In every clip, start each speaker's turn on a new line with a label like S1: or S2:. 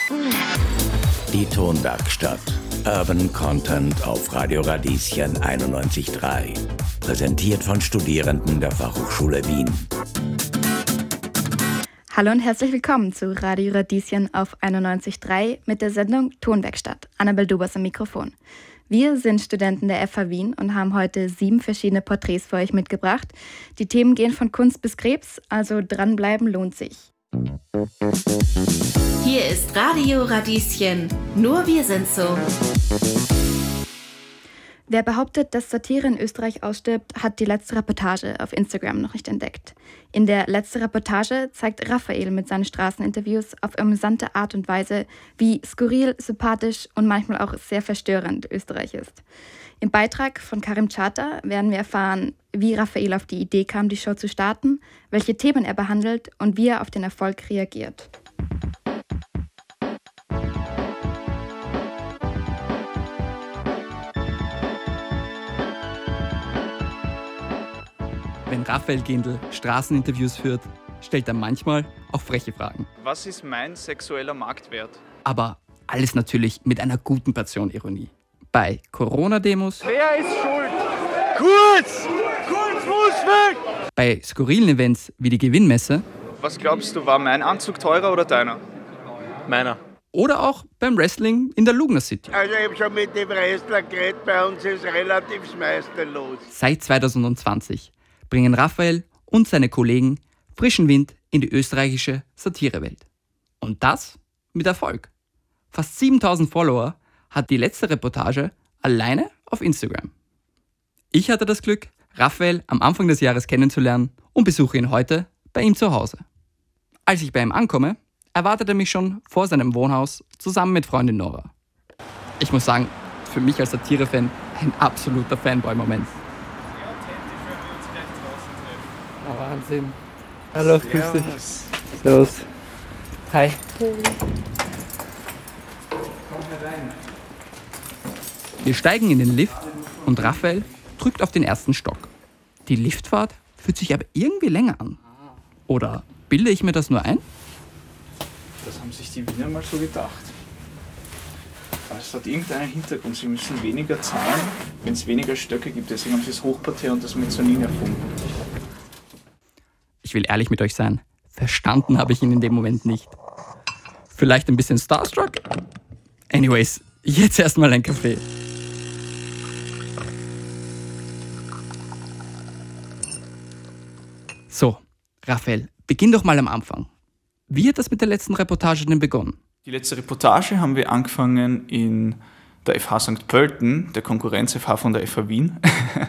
S1: Die Tonwerkstatt. Urban Content auf Radio Radieschen 91.3. Präsentiert von Studierenden der Fachhochschule Wien.
S2: Hallo und herzlich willkommen zu Radio Radieschen auf 91.3 mit der Sendung Tonwerkstatt. Annabel Dubas am Mikrofon. Wir sind Studenten der FH Wien und haben heute 7 verschiedene Porträts für euch mitgebracht. Die Themen gehen von Kunst bis Krebs, also dranbleiben lohnt sich.
S3: Hier ist Radio Radieschen. Nur wir sind so.
S2: Wer behauptet, dass Satire in Österreich ausstirbt, hat die letzte Reportage auf Instagram noch nicht entdeckt. In der letzten Reportage zeigt Raphael mit seinen Straßeninterviews auf amüsante Art und Weise, wie skurril, sympathisch und manchmal auch sehr verstörend Österreich ist. Im Beitrag von Karim Chata werden wir erfahren, wie Raphael auf die Idee kam, die Show zu starten, welche Themen er behandelt und wie er auf den Erfolg reagiert.
S4: Wenn Raphael Gendl Straßeninterviews führt, stellt er manchmal auch freche Fragen.
S5: Was ist mein sexueller Marktwert?
S4: Aber alles natürlich mit einer guten Portion Ironie. Bei Corona-Demos,
S5: Wer ist schuld? Kurz! Kurz muss weg!
S4: bei skurrilen Events wie die Gewinnmesse
S5: Was glaubst du, war mein Anzug teurer oder deiner? Meiner.
S4: oder auch beim Wrestling in der Lugner City.
S6: Also ich habe schon mit dem Wrestler geredet, bei uns ist relativ schmeisterlos.
S4: Seit 2020 bringen Raphael und seine Kollegen frischen Wind in die österreichische Satirewelt. Und das mit Erfolg. Fast 7000 Follower hat die letzte Reportage alleine auf Instagram. Ich hatte das Glück, Raphael am Anfang des Jahres kennenzulernen und besuche ihn heute bei ihm zu Hause. Als ich bei ihm ankomme, erwartet er mich schon vor seinem Wohnhaus zusammen mit Freundin Nora. Ich muss sagen, für mich als Satire-Fan ein absoluter Fanboy-Moment. Oh, Wahnsinn. Hallo, grüß dich. Servus. Hi. Wir steigen in den Lift und Raphael drückt auf den ersten Stock. Die Liftfahrt fühlt sich aber irgendwie länger an. Oder bilde ich mir das nur ein?
S5: Das haben sich die Wiener mal so gedacht. Aber es hat irgendeinen Hintergrund. Sie müssen weniger zahlen, wenn es weniger Stöcke gibt. Deswegen haben sie das Hochparterre und das Mezzanin erfunden.
S4: Ich will ehrlich mit euch sein. Verstanden habe ich ihn in dem Moment nicht. Vielleicht ein bisschen starstruck? Anyways, jetzt erstmal ein Kaffee. So, Raphael, beginn doch mal am Anfang. Wie hat das mit der letzten Reportage denn begonnen?
S5: Die letzte Reportage haben wir angefangen in der FH St. Pölten, der Konkurrenz-FH von der FH Wien.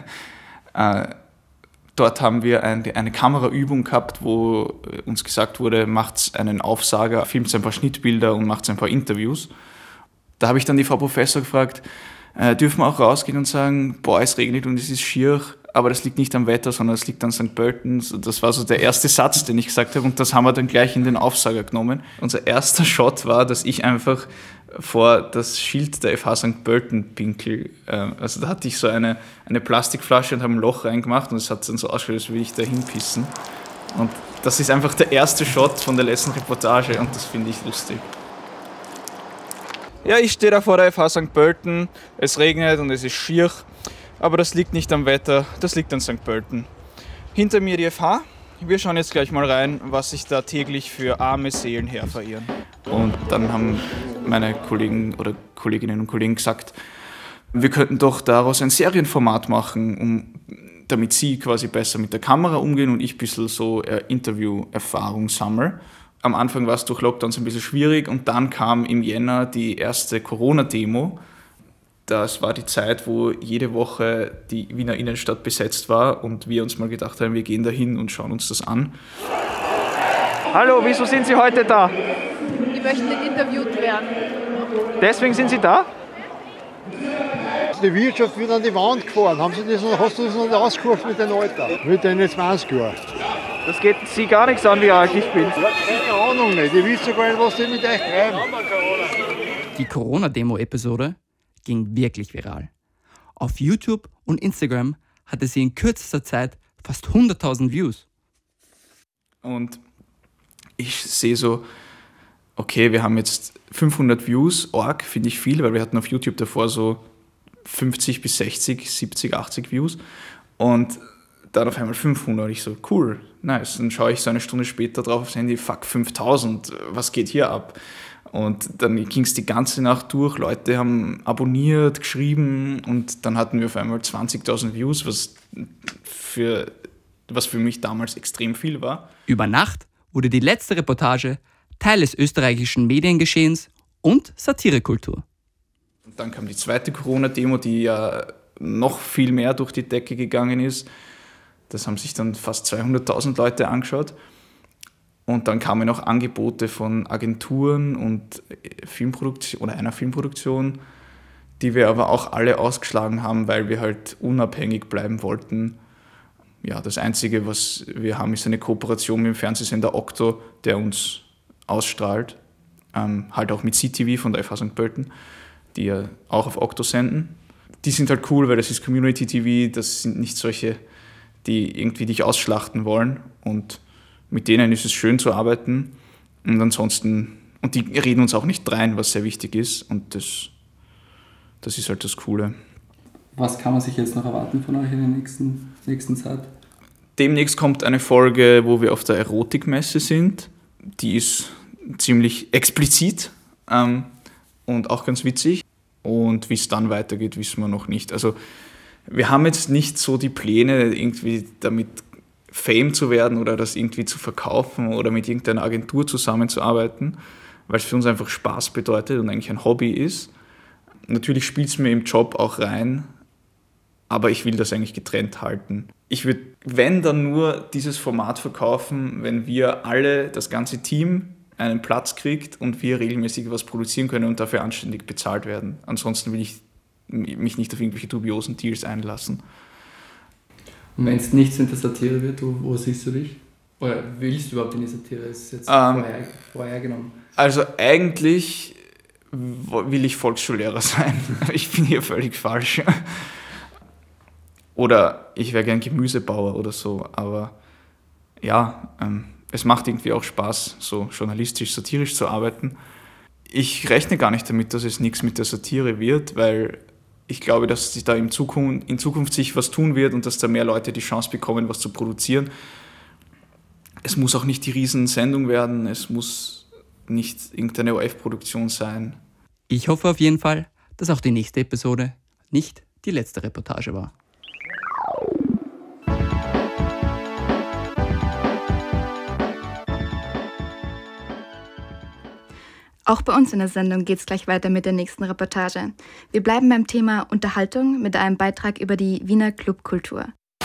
S5: Dort haben wir eine Kameraübung gehabt, wo uns gesagt wurde, macht einen Aufsager, filmt ein paar Schnittbilder und macht ein paar Interviews. Da habe ich dann die Frau Professor gefragt, dürfen wir auch rausgehen und sagen, boah, es regnet und es ist schier, aber das liegt nicht am Wetter, sondern es liegt an St. Pölten. Das war so der erste Satz, den ich gesagt habe, und das haben wir dann gleich in den Aufsager genommen. Unser erster Shot war, dass ich einfach vor das Schild der FH St. Pölten pinkel. Also da hatte ich so eine Plastikflasche und habe ein Loch reingemacht und es hat dann so ausgeschaut, als würde ich da hinpissen. Und das ist einfach der erste Shot von der letzten Reportage und das finde ich lustig. Ja, ich stehe da vor der FH St. Pölten, es regnet und es ist schier, aber das liegt nicht am Wetter, das liegt an St. Pölten. Hinter mir die FH, wir schauen jetzt gleich mal rein, was sich da täglich für arme Seelen her verirren. Und dann haben meine Kollegen oder Kolleginnen und Kollegen gesagt, wir könnten doch daraus ein Serienformat machen, damit sie quasi besser mit der Kamera umgehen und ich ein bisschen so Interview-Erfahrung sammle. Am Anfang war es durch Lockdowns ein bisschen schwierig und dann kam im Jänner die erste Corona-Demo. Das war die Zeit, wo jede Woche die Wiener Innenstadt besetzt war und wir uns mal gedacht haben, wir gehen da hin und schauen uns das an. Hallo, wieso sind Sie heute da?
S7: Die möchten nicht interviewt werden.
S5: Deswegen sind Sie da?
S6: Die Wirtschaft wird an die Wand gefahren. Hast du das noch nicht ausgerufen mit den Alter? Mit den 20 Jahren.
S5: Das geht Sie gar nichts an, wie alt ich bin.
S6: Keine Ahnung nicht. Ich weiß sogar nicht, was die mit euch treiben.
S4: Die Corona-Demo-Episode ging wirklich viral. Auf YouTube und Instagram hatte sie in kürzester Zeit fast 100.000 Views.
S5: Und ich sehe so okay, wir haben jetzt 500 Views, finde ich viel, weil wir hatten auf YouTube davor so 50 bis 60, 70, 80 Views und dann auf einmal 500. Ich so, cool, nice. Dann schaue ich so eine Stunde später drauf aufs Handy, fuck, 5000, was geht hier ab? Und dann ging es die ganze Nacht durch, Leute haben abonniert, geschrieben und dann hatten wir auf einmal 20.000 Views, was für mich damals extrem viel war.
S4: Über Nacht wurde die letzte Reportage Teil des österreichischen Mediengeschehens und Satirekultur.
S5: Und dann kam die zweite Corona-Demo, die ja noch viel mehr durch die Decke gegangen ist. Das haben sich dann fast 200.000 Leute angeschaut. Und dann kamen auch Angebote von Agenturen und Filmproduktion oder einer Filmproduktion, die wir aber auch alle ausgeschlagen haben, weil wir halt unabhängig bleiben wollten. Ja, das Einzige, was wir haben, ist eine Kooperation mit dem Fernsehsender Okto, der uns ausstrahlt. Halt auch mit CTV von der FH St. Pölten, die ja auch auf Okto senden. Die sind halt cool, weil das ist Community TV, das sind nicht solche, die irgendwie dich ausschlachten wollen. Und mit denen ist es schön zu arbeiten. Und ansonsten, und die reden uns auch nicht rein, was sehr wichtig ist. Und das ist halt das Coole.
S8: Was kann man sich jetzt noch erwarten von euch in der nächsten Zeit?
S5: Demnächst kommt eine Folge, wo wir auf der Erotikmesse sind. Die ist ziemlich explizit und auch ganz witzig. Und wie es dann weitergeht, wissen wir noch nicht. Also wir haben jetzt nicht so die Pläne, irgendwie damit Fame zu werden oder das irgendwie zu verkaufen oder mit irgendeiner Agentur zusammenzuarbeiten, weil es für uns einfach Spaß bedeutet und eigentlich ein Hobby ist. Natürlich spielt es mir im Job auch rein, aber ich will das eigentlich getrennt halten. Ich würde, wenn, dann nur dieses Format verkaufen, wenn wir alle, das ganze Team, einen Platz kriegt und wir regelmäßig was produzieren können und dafür anständig bezahlt werden. Ansonsten will ich mich nicht auf irgendwelche dubiosen Deals einlassen.
S8: Und wenn es nichts mit der Satire wird, wo siehst du dich? Oder willst du überhaupt in die Satire? Ist jetzt vorhergenommen.
S5: Also eigentlich will ich Volksschullehrer sein. Ich bin hier völlig falsch. Oder ich wäre gern Gemüsebauer oder so. Aber ja, es macht irgendwie auch Spaß, so journalistisch, satirisch zu arbeiten. Ich rechne gar nicht damit, dass es nichts mit der Satire wird, weil ich glaube, dass sich da in Zukunft sich was tun wird und dass da mehr Leute die Chance bekommen, was zu produzieren. Es muss auch nicht die Riesensendung werden, es muss nicht irgendeine ORF-Produktion sein.
S4: Ich hoffe auf jeden Fall, dass auch die nächste Episode nicht die letzte Reportage war.
S2: Auch bei uns in der Sendung geht es gleich weiter mit der nächsten Reportage. Wir bleiben beim Thema Unterhaltung mit einem Beitrag über die Wiener Clubkultur.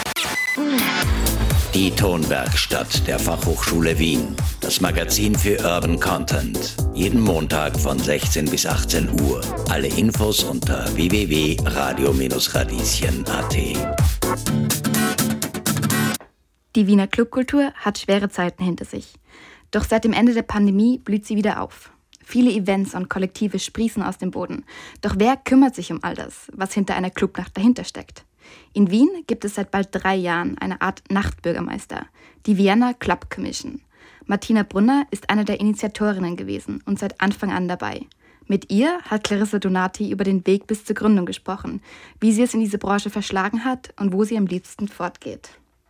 S1: Die Tonwerkstatt der Fachhochschule Wien. Das Magazin für Urban Content. Jeden Montag von 16 bis 18 Uhr. Alle Infos unter www.radio-radieschen.at.
S2: Die Wiener Clubkultur hat schwere Zeiten hinter sich. Doch seit dem Ende der Pandemie blüht sie wieder auf. Viele Events und Kollektive sprießen aus dem Boden. Doch wer kümmert sich um all das, was hinter einer Clubnacht dahinter steckt? In Wien gibt es seit bald 3 Jahren eine Art Nachtbürgermeister, die Vienna Club Commission. Martina Brunner ist eine der Initiatorinnen gewesen und seit Anfang an dabei. Mit ihr hat Clarissa Donati über den Weg bis zur Gründung gesprochen, wie sie es in diese Branche verschlagen hat und wo sie am liebsten fortgeht.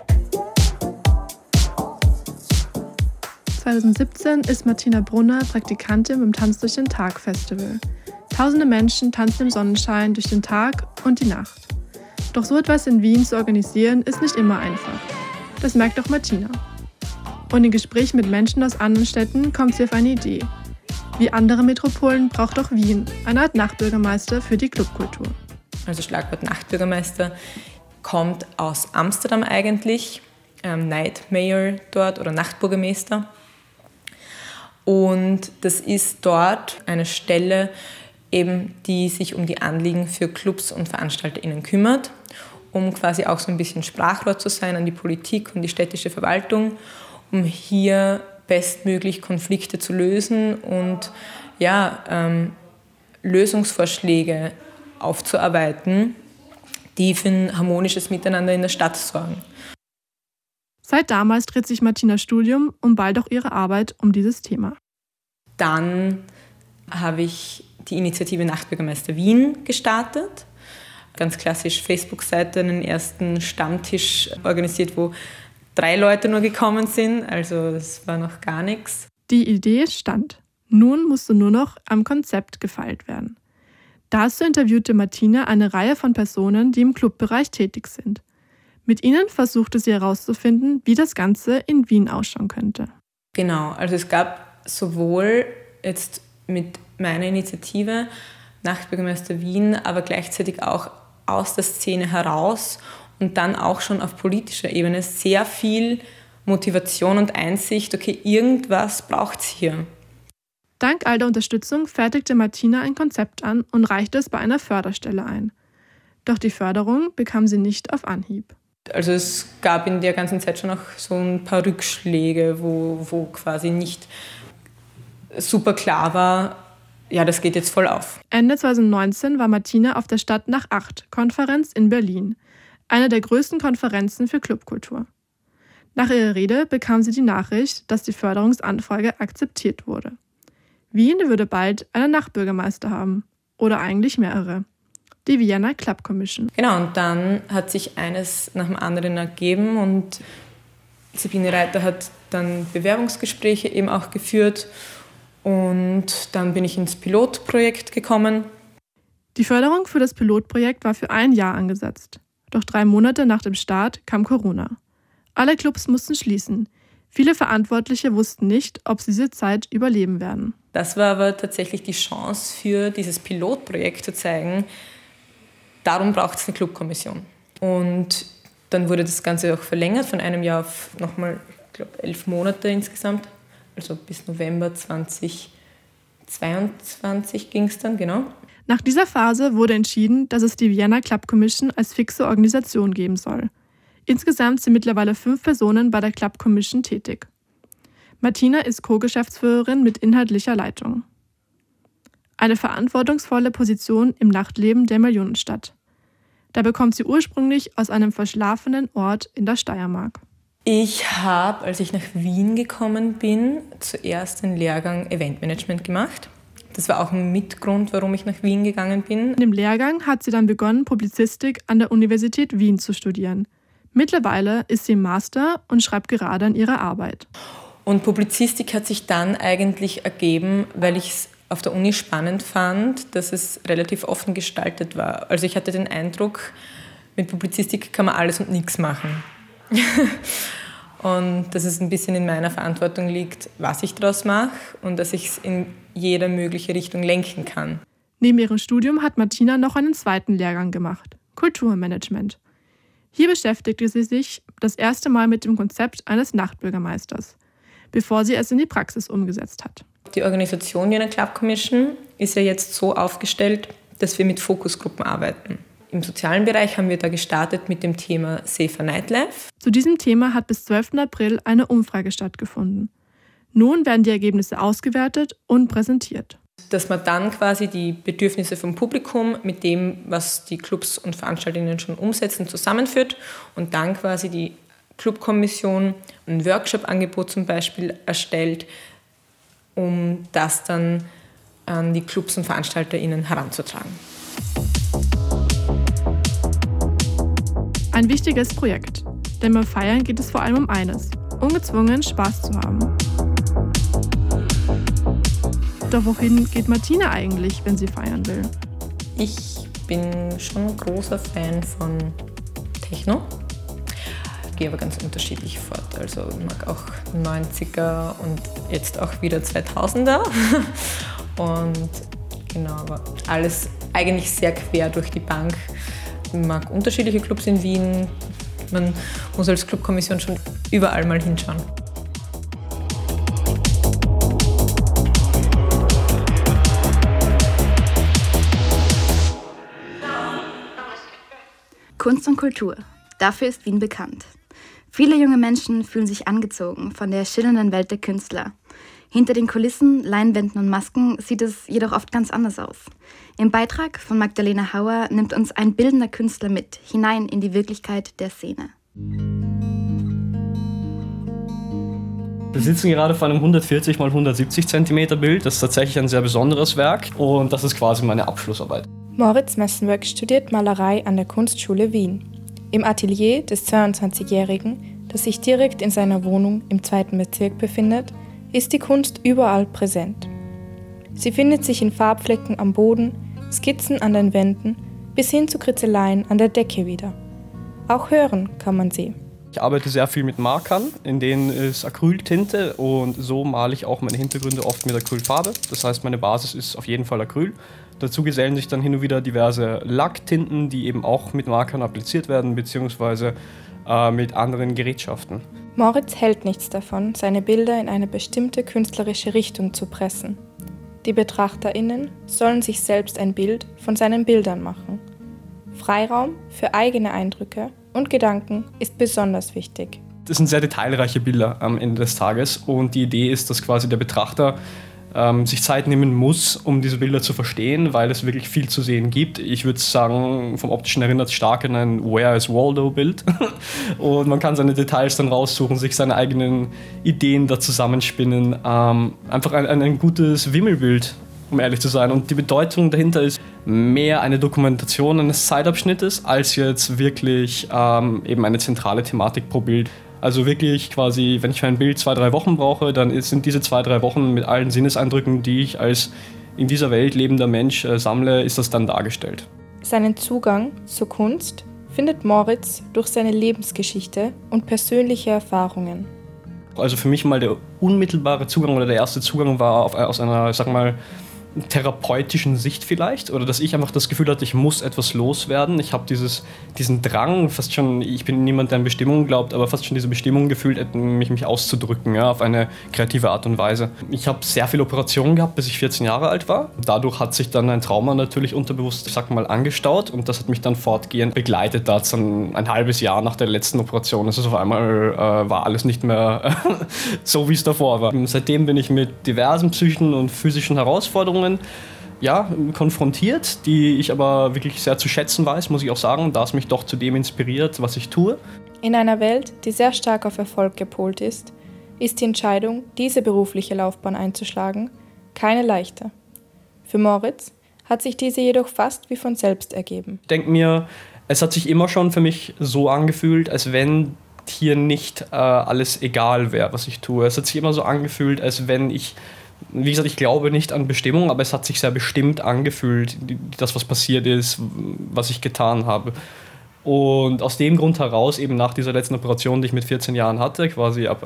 S9: 2017 ist Martina Brunner Praktikantin beim Tanz durch den Tag Festival. Tausende Menschen tanzen im Sonnenschein durch den Tag und die Nacht. Doch so etwas in Wien zu organisieren, ist nicht immer einfach. Das merkt auch Martina. Und in Gesprächen mit Menschen aus anderen Städten kommt sie auf eine Idee. Wie andere Metropolen braucht auch Wien eine Art Nachtbürgermeister für die Clubkultur.
S10: Also Schlagwort Nachtbürgermeister kommt aus Amsterdam eigentlich, Night Mayor dort oder Nachtbürgermeister. Und das ist dort eine Stelle, eben, die sich um die Anliegen für Clubs und VeranstalterInnen kümmert, um quasi auch so ein bisschen Sprachrohr zu sein an die Politik und die städtische Verwaltung, um hier bestmöglich Konflikte zu lösen und Lösungsvorschläge aufzuarbeiten, die für ein harmonisches Miteinander in der Stadt sorgen.
S9: Seit damals dreht sich Martinas Studium und bald auch ihre Arbeit um dieses Thema.
S10: Dann habe ich die Initiative Nachtbürgermeister Wien gestartet. Ganz klassisch Facebook-Seite, einen ersten Stammtisch organisiert, wo 3 Leute nur gekommen sind. Also das war noch gar nichts.
S9: Die Idee stand. Nun musste nur noch am Konzept gefeilt werden. Dazu interviewte Martina eine Reihe von Personen, die im Clubbereich tätig sind. Mit ihnen versuchte sie herauszufinden, wie das Ganze in Wien ausschauen könnte.
S10: Genau, also es gab sowohl jetzt mit meiner Initiative Nachtbürgermeister Wien, aber gleichzeitig auch aus der Szene heraus und dann auch schon auf politischer Ebene sehr viel Motivation und Einsicht, okay, irgendwas braucht es hier.
S9: Dank all der Unterstützung fertigte Martina ein Konzept an und reichte es bei einer Förderstelle ein. Doch die Förderung bekam sie nicht auf Anhieb.
S10: Also es gab in der ganzen Zeit schon auch so ein paar Rückschläge, wo quasi nicht super klar war, ja, das geht jetzt voll auf.
S9: Ende 2019 war Martina auf der Stadt nach 8-Konferenz in Berlin, einer der größten Konferenzen für Clubkultur. Nach ihrer Rede bekam sie die Nachricht, dass die Förderungsanfrage akzeptiert wurde. Wien würde bald einen Nachtbürgermeister haben. Oder eigentlich mehrere. Die Vienna Club Commission.
S10: Genau, und dann hat sich eines nach dem anderen ergeben und Sabine Reiter hat dann Bewerbungsgespräche eben auch geführt und dann bin ich ins Pilotprojekt gekommen.
S9: Die Förderung für das Pilotprojekt war für 1 Jahr angesetzt. Doch 3 Monate nach dem Start kam Corona. Alle Clubs mussten schließen. Viele Verantwortliche wussten nicht, ob sie diese Zeit überleben werden.
S10: Das war aber tatsächlich die Chance für dieses Pilotprojekt zu zeigen, darum braucht es eine Clubkommission. Und dann wurde das Ganze auch verlängert von 1 Jahr auf nochmal, ich glaube, 11 Monate insgesamt. Also bis November 2022 ging es dann, genau.
S9: Nach dieser Phase wurde entschieden, dass es die Vienna Club Commission als fixe Organisation geben soll. Insgesamt sind mittlerweile 5 Personen bei der Club Commission tätig. Martina ist Co-Geschäftsführerin mit inhaltlicher Leitung. Eine verantwortungsvolle Position im Nachtleben der Millionenstadt. Da bekommt sie ursprünglich aus einem verschlafenen Ort in der Steiermark.
S10: Ich habe, als ich nach Wien gekommen bin, zuerst den Lehrgang Eventmanagement gemacht. Das war auch ein Mitgrund, warum ich nach Wien gegangen bin.
S9: In dem Lehrgang hat sie dann begonnen, Publizistik an der Universität Wien zu studieren. Mittlerweile ist sie im Master und schreibt gerade an ihrer Arbeit.
S10: Und Publizistik hat sich dann eigentlich ergeben, weil ich es auf der Uni spannend fand, dass es relativ offen gestaltet war. Also ich hatte den Eindruck, mit Publizistik kann man alles und nichts machen. Und dass es ein bisschen in meiner Verantwortung liegt, was ich daraus mache und dass ich es in jede mögliche Richtung lenken kann.
S9: Neben ihrem Studium hat Martina noch einen 2. Lehrgang gemacht, Kulturmanagement. Hier beschäftigte sie sich das erste Mal mit dem Konzept eines Nachtbürgermeisters, bevor sie es in die Praxis umgesetzt hat.
S10: Die Organisation Vienna Club Commission ist ja jetzt so aufgestellt, dass wir mit Fokusgruppen arbeiten. Im sozialen Bereich haben wir da gestartet mit dem Thema Safer Nightlife.
S9: Zu diesem Thema hat bis 12. April eine Umfrage stattgefunden. Nun werden die Ergebnisse ausgewertet und präsentiert.
S10: Dass man dann quasi die Bedürfnisse vom Publikum mit dem, was die Clubs und Veranstalterinnen schon umsetzen, zusammenführt und dann quasi die Clubkommission ein Workshop-Angebot zum Beispiel erstellt, um das dann an die Clubs und VeranstalterInnen heranzutragen.
S9: Ein wichtiges Projekt, denn beim Feiern geht es vor allem um eines: ungezwungen Spaß zu haben. Doch wohin geht Martina eigentlich, wenn sie feiern will?
S10: Ich bin schon ein großer Fan von Techno. Ich gehe aber ganz unterschiedlich fort. Also ich mag auch 90er und jetzt auch wieder 2000er. Und genau, aber alles eigentlich sehr quer durch die Bank. Ich mag unterschiedliche Clubs in Wien. Man muss als Clubkommission schon überall mal hinschauen.
S2: Kunst und Kultur. Dafür ist Wien bekannt. Viele junge Menschen fühlen sich angezogen von der schillernden Welt der Künstler. Hinter den Kulissen, Leinwänden und Masken sieht es jedoch oft ganz anders aus. Im Beitrag von Magdalena Hauer nimmt uns ein bildender Künstler mit hinein in die Wirklichkeit der Szene.
S11: Wir sitzen gerade vor einem 140 x 170 cm Bild. Das ist tatsächlich ein sehr besonderes Werk und das ist quasi meine Abschlussarbeit.
S12: Moritz Messenwöck studiert Malerei an der Kunstschule Wien. Im Atelier des 22-Jährigen, das sich direkt in seiner Wohnung im 2. Bezirk befindet, ist die Kunst überall präsent. Sie findet sich in Farbflecken am Boden, Skizzen an den Wänden bis hin zu Kritzeleien an der Decke wieder. Auch hören kann man sie.
S11: Ich arbeite sehr viel mit Markern, in denen ist Acryltinte und so male ich auch meine Hintergründe oft mit Acrylfarbe. Das heißt, meine Basis ist auf jeden Fall Acryl. Dazu gesellen sich dann hin und wieder diverse Lacktinten, die eben auch mit Markern appliziert werden, beziehungsweise mit anderen Gerätschaften.
S12: Moritz hält nichts davon, seine Bilder in eine bestimmte künstlerische Richtung zu pressen. Die BetrachterInnen sollen sich selbst ein Bild von seinen Bildern machen. Freiraum für eigene Eindrücke und Gedanken ist besonders wichtig.
S11: Das sind sehr detailreiche Bilder am Ende des Tages und die Idee ist, dass quasi der Betrachter sich Zeit nehmen muss, um diese Bilder zu verstehen, weil es wirklich viel zu sehen gibt. Ich würde sagen, vom Optischen erinnert es stark an ein Where is Waldo-Bild und man kann seine Details dann raussuchen, sich seine eigenen Ideen da zusammenspinnen. Einfach ein gutes Wimmelbild, um ehrlich zu sein. Und die Bedeutung dahinter ist mehr eine Dokumentation eines Zeitabschnittes, als jetzt wirklich eben eine zentrale Thematik pro Bild. Also wirklich quasi, wenn ich für ein Bild 2-3 Wochen brauche, dann sind diese 2-3 Wochen mit allen Sinneseindrücken, die ich als in dieser Welt lebender Mensch sammle, ist das dann dargestellt.
S12: Seinen Zugang zur Kunst findet Moritz durch seine Lebensgeschichte und persönliche Erfahrungen.
S11: Also für mich mal der unmittelbare Zugang oder der erste Zugang war aus einer, sag mal, therapeutischen Sicht vielleicht, oder dass ich einfach das Gefühl hatte, ich muss etwas loswerden. Ich habe diesen Drang, fast schon, ich bin niemand, der an Bestimmungen glaubt, aber fast schon diese Bestimmung gefühlt, mich auszudrücken, ja, auf eine kreative Art und Weise. Ich habe sehr viele Operationen gehabt, bis ich 14 Jahre alt war. Dadurch hat sich dann ein Trauma natürlich unterbewusst, ich sag mal, angestaut und das hat mich dann fortgehend begleitet. Da dann ein halbes Jahr nach der letzten Operation. Also auf einmal war alles nicht mehr so, wie es davor war. Seitdem bin ich mit diversen psychischen und physischen Herausforderungen konfrontiert, die ich aber wirklich sehr zu schätzen weiß, muss ich auch sagen, da es mich doch zu dem inspiriert, was ich tue.
S12: In einer Welt, die sehr stark auf Erfolg gepolt ist die Entscheidung, diese berufliche Laufbahn einzuschlagen, keine leichte. Für Moritz hat sich diese jedoch fast wie von selbst ergeben.
S11: Ich denke mir, es hat sich immer schon für mich so angefühlt, als wenn hier nicht alles egal wäre, was ich tue. Es hat sich immer so angefühlt, als wenn ich, wie gesagt, ich glaube nicht an Bestimmung, aber es hat sich sehr bestimmt angefühlt, das, was passiert ist, was ich getan habe. Und aus dem Grund heraus, eben nach dieser letzten Operation, die ich mit 14 Jahren hatte, quasi ab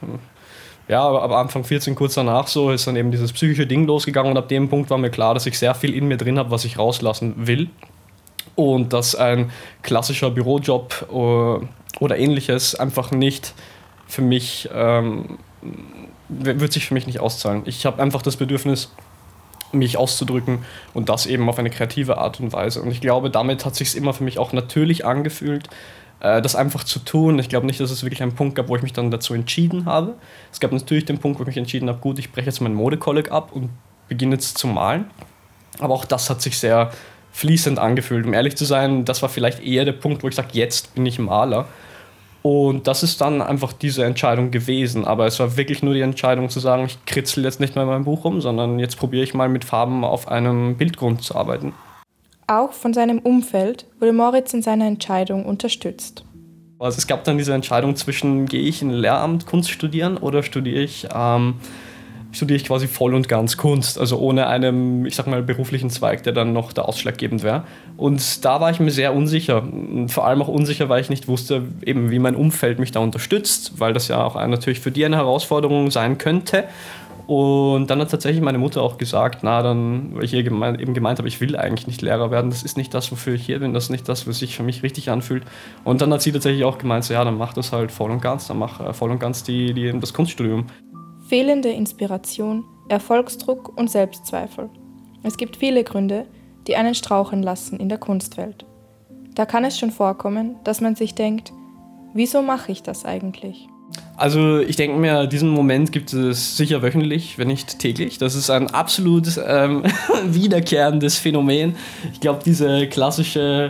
S11: Anfang 14, kurz danach so, ist dann eben dieses psychische Ding losgegangen und ab dem Punkt war mir klar, dass ich sehr viel in mir drin habe, was ich rauslassen will. Und dass ein klassischer Bürojob oder ähnliches einfach nicht für mich wird sich für mich nicht auszahlen. Ich habe einfach das Bedürfnis, mich auszudrücken und das eben auf eine kreative Art und Weise. Und ich glaube, damit hat es sich immer für mich auch natürlich angefühlt, das einfach zu tun. Ich glaube nicht, dass es wirklich einen Punkt gab, wo ich mich dann dazu entschieden habe. Es gab natürlich den Punkt, wo ich mich entschieden habe, gut, ich breche jetzt mein Modekolleg ab und beginne jetzt zu malen. Aber auch das hat sich sehr fließend angefühlt. Um ehrlich zu sein, das war vielleicht eher der Punkt, wo ich sage, jetzt bin ich Maler. Und das ist dann einfach diese Entscheidung gewesen. Aber es war wirklich nur die Entscheidung zu sagen, ich kritzel jetzt nicht mehr in meinem Buch rum, sondern jetzt probiere ich mal mit Farben auf einem Bildgrund zu arbeiten.
S12: Auch von seinem Umfeld wurde Moritz in seiner Entscheidung unterstützt.
S11: Also es gab dann diese Entscheidung zwischen, gehe ich in Lehramt Kunst studieren oder studiere ich quasi voll und ganz Kunst, also ohne einem, ich sag mal, beruflichen Zweig, der dann noch da ausschlaggebend wäre. Und da war ich mir sehr unsicher. Und vor allem auch unsicher, weil ich nicht wusste, eben wie mein Umfeld mich da unterstützt, weil das ja auch natürlich für die eine Herausforderung sein könnte. Und dann hat tatsächlich meine Mutter auch gesagt, weil ich eben gemeint habe, ich will eigentlich nicht Lehrer werden, das ist nicht das, wofür ich hier bin, das ist nicht das, was sich für mich richtig anfühlt. Und dann hat sie tatsächlich auch gemeint, so, ja, dann mach das halt voll und ganz, dann mach voll und ganz das Kunststudium.
S12: Fehlende Inspiration, Erfolgsdruck und Selbstzweifel. Es gibt viele Gründe, die einen straucheln lassen in der Kunstwelt. Da kann es schon vorkommen, dass man sich denkt, wieso mache ich das eigentlich?
S11: Also ich denke mir, diesen Moment gibt es sicher wöchentlich, wenn nicht täglich. Das ist ein absolut wiederkehrendes Phänomen. Ich glaube, diese klassische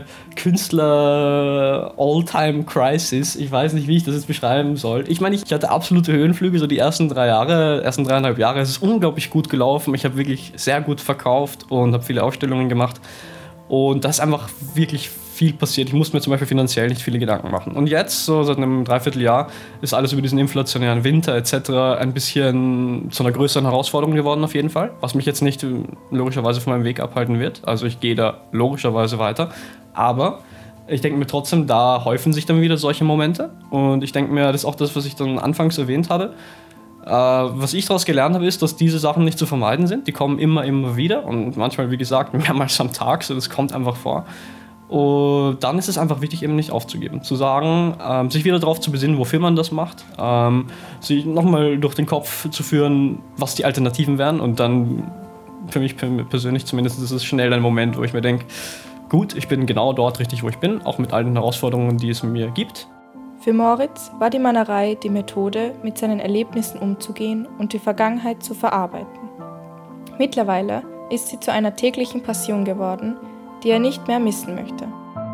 S11: Künstler-All-Time-Crisis, ich weiß nicht, wie ich das jetzt beschreiben soll. Ich meine, ich hatte absolute Höhenflüge, so die ersten 3,5 Jahre. Es ist unglaublich gut gelaufen. Ich habe wirklich sehr gut verkauft und habe viele Ausstellungen gemacht. Und da ist einfach wirklich viel passiert. Ich musste mir zum Beispiel finanziell nicht viele Gedanken machen. Und jetzt, so seit einem Dreivierteljahr, ist alles über diesen inflationären Winter etc. ein bisschen zu einer größeren Herausforderung geworden auf jeden Fall, was mich jetzt nicht logischerweise von meinem Weg abhalten wird. Also ich gehe da logischerweise weiter. Aber ich denke mir trotzdem, da häufen sich dann wieder solche Momente. Und ich denke mir, das ist auch das, was ich dann anfangs erwähnt habe. Was ich daraus gelernt habe, ist, dass diese Sachen nicht zu vermeiden sind. Die kommen immer wieder und manchmal, wie gesagt, mehrmals am Tag. So, das kommt einfach vor. Und dann ist es einfach wichtig, eben nicht aufzugeben. Zu sagen, sich wieder darauf zu besinnen, wofür man das macht. Sich nochmal durch den Kopf zu führen, was die Alternativen wären. Und dann, für mich persönlich zumindest, ist es schnell ein Moment, wo ich mir denke, gut, ich bin genau dort richtig, wo ich bin. Auch mit all den Herausforderungen, die es mir gibt.
S12: Für Moritz war die Malerei die Methode, mit seinen Erlebnissen umzugehen und die Vergangenheit zu verarbeiten. Mittlerweile ist sie zu einer täglichen Passion geworden, die er nicht mehr missen möchte.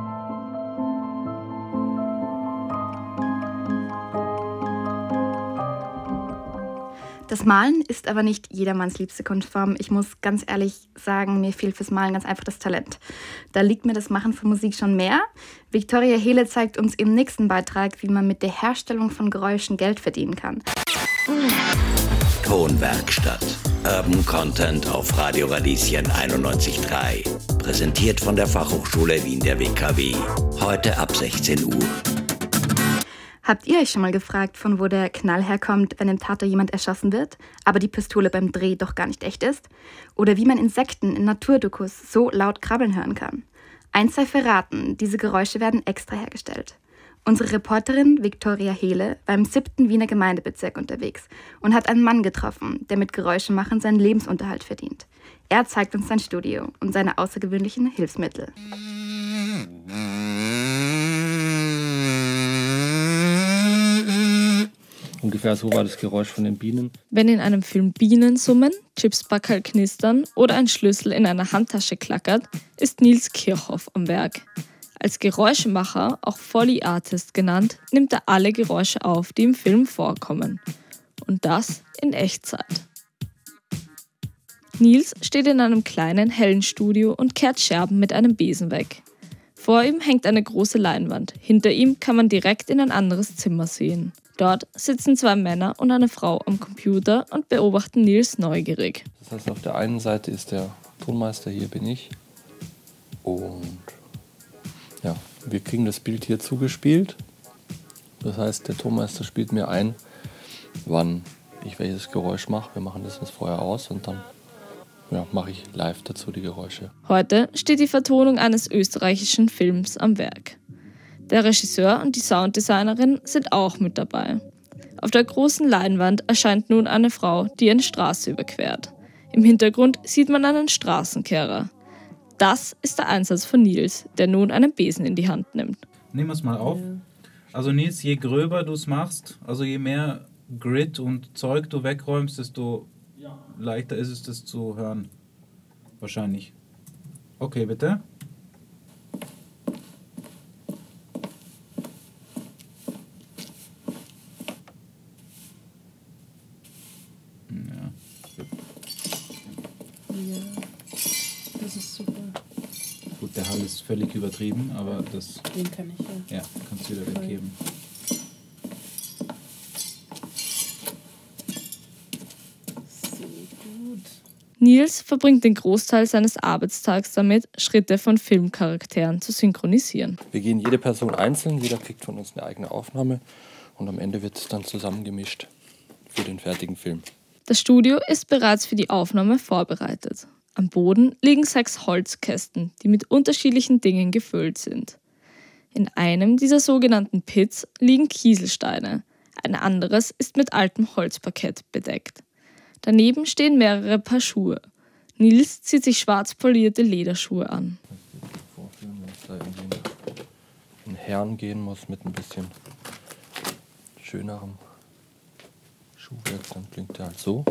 S2: Das Malen ist aber nicht jedermanns liebste Kunstform. Ich muss ganz ehrlich sagen, mir fehlt fürs Malen ganz einfach das Talent. Da liegt mir das Machen von Musik schon mehr. Viktoria Hele zeigt uns im nächsten Beitrag, wie man mit der Herstellung von Geräuschen Geld verdienen kann.
S1: Tonwerkstatt. Urban Content auf Radio Radieschen 91.3. Präsentiert von der Fachhochschule Wien der WKW. Heute ab 16 Uhr.
S2: Habt ihr euch schon mal gefragt, von wo der Knall herkommt, wenn im Tatort jemand erschossen wird, aber die Pistole beim Dreh doch gar nicht echt ist? Oder wie man Insekten in Naturdokus so laut krabbeln hören kann? Eins sei verraten, diese Geräusche werden extra hergestellt. Unsere Reporterin Viktoria Hele war im 7. Wiener Gemeindebezirk unterwegs und hat einen Mann getroffen, der mit Geräuschemachen seinen Lebensunterhalt verdient. Er zeigt uns sein Studio und seine außergewöhnlichen Hilfsmittel.
S13: Ungefähr so war das Geräusch von den Bienen.
S14: Wenn in einem Film Bienen summen, Chipsbackerl knistern oder ein Schlüssel in einer Handtasche klackert, ist Nils Kirchhoff am Werk. Als Geräuschemacher, auch Foley Artist genannt, nimmt er alle Geräusche auf, die im Film vorkommen. Und das in Echtzeit. Nils steht in einem kleinen, hellen Studio und kehrt Scherben mit einem Besen weg. Vor ihm hängt eine große Leinwand. Hinter ihm kann man direkt in ein anderes Zimmer sehen. Dort sitzen 2 Männer und eine Frau am Computer und beobachten Nils neugierig.
S13: Das heißt, auf der einen Seite ist der Tonmeister, hier bin ich. Und ja, wir kriegen das Bild hier zugespielt. Das heißt, der Tonmeister spielt mir ein, wann ich welches Geräusch mache. Wir machen das jetzt vorher aus und dann mache ich live dazu die Geräusche.
S14: Heute steht die Vertonung eines österreichischen Films am Werk. Der Regisseur und die Sounddesignerin sind auch mit dabei. Auf der großen Leinwand erscheint nun eine Frau, die eine Straße überquert. Im Hintergrund sieht man einen Straßenkehrer. Das ist der Einsatz von Nils, der nun einen Besen in die Hand nimmt.
S15: Nehmen wir es mal auf. Also Nils, je gröber du es machst, also je mehr Grit und Zeug du wegräumst, desto leichter ist es, das zu hören. Wahrscheinlich. Okay, bitte.
S16: Ja, das ist super.
S15: Gut, der Hall ist völlig übertrieben, aber das...
S16: Den kann ich ja.
S15: Ja, kannst du wieder weggeben.
S16: So gut.
S14: Nils verbringt den Großteil seines Arbeitstags damit, Schritte von Filmcharakteren zu synchronisieren.
S13: Wir gehen jede Person einzeln, jeder kriegt von uns eine eigene Aufnahme und am Ende wird es dann zusammengemischt für den fertigen Film.
S14: Das Studio ist bereits für die Aufnahme vorbereitet. Am Boden liegen 6 Holzkästen, die mit unterschiedlichen Dingen gefüllt sind. In einem dieser sogenannten Pits liegen Kieselsteine. Ein anderes ist mit altem Holzparkett bedeckt. Daneben stehen mehrere Paar Schuhe. Nils zieht sich schwarz polierte Lederschuhe an.
S13: Vorführen, wenn es da irgendwie in Herren gehen muss mit ein bisschen schönerem Schuhwerk, dann klingt der halt so.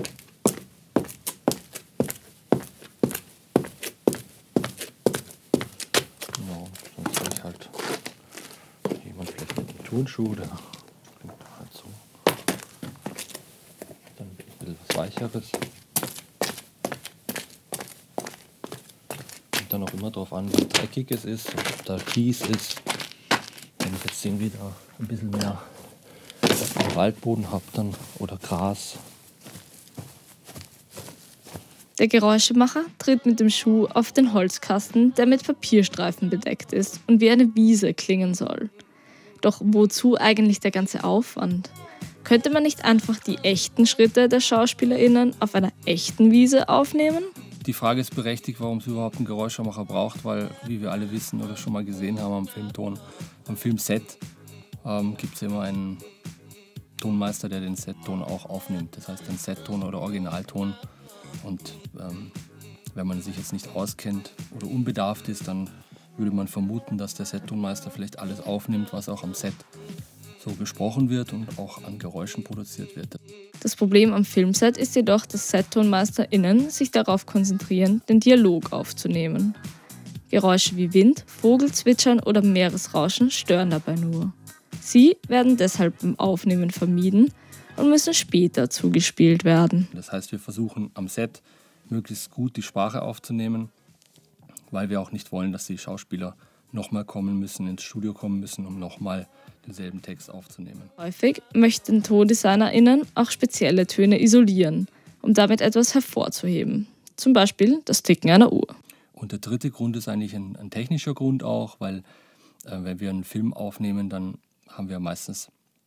S13: Genau, dann soll ich halt jemand vielleicht mit einem Turnschuh, der klingt halt so. Dann ein bisschen was Weicheres. Kommt dann auch immer darauf an, wie dreckig es ist, ob da Kies ist. Wenn ich jetzt irgendwie da ein bisschen mehr Waldboden habe dann oder Gras.
S14: Der Geräuschemacher tritt mit dem Schuh auf den Holzkasten, der mit Papierstreifen bedeckt ist und wie eine Wiese klingen soll. Doch wozu eigentlich der ganze Aufwand? Könnte man nicht einfach die echten Schritte der SchauspielerInnen auf einer echten Wiese aufnehmen?
S13: Die Frage ist berechtigt, warum es überhaupt einen Geräuschemacher braucht, weil, wie wir alle wissen oder schon mal gesehen haben am Filmton, am Filmset, gibt es immer einen Tonmeister, der den Setton auch aufnimmt. Das heißt, den Setton oder Originalton. Und wenn man sich jetzt nicht auskennt oder unbedarft ist, dann würde man vermuten, dass der Settonmeister vielleicht alles aufnimmt, was auch am Set so gesprochen wird und auch an Geräuschen produziert wird.
S14: Das Problem am Filmset ist jedoch, dass SettonmeisterInnen sich darauf konzentrieren, den Dialog aufzunehmen. Geräusche wie Wind, Vogelzwitschern oder Meeresrauschen stören dabei nur. Sie werden deshalb beim Aufnehmen vermieden und müssen später zugespielt werden.
S13: Das heißt, wir versuchen am Set möglichst gut die Sprache aufzunehmen, weil wir auch nicht wollen, dass die Schauspieler nochmal kommen müssen, ins Studio kommen müssen, um nochmal denselben Text aufzunehmen.
S14: Häufig möchten TondesignerInnen auch spezielle Töne isolieren, um damit etwas hervorzuheben. Zum Beispiel das Ticken einer Uhr.
S13: Und der dritte Grund ist eigentlich ein technischer Grund auch, weil wenn wir einen Film aufnehmen, dann haben wir meistens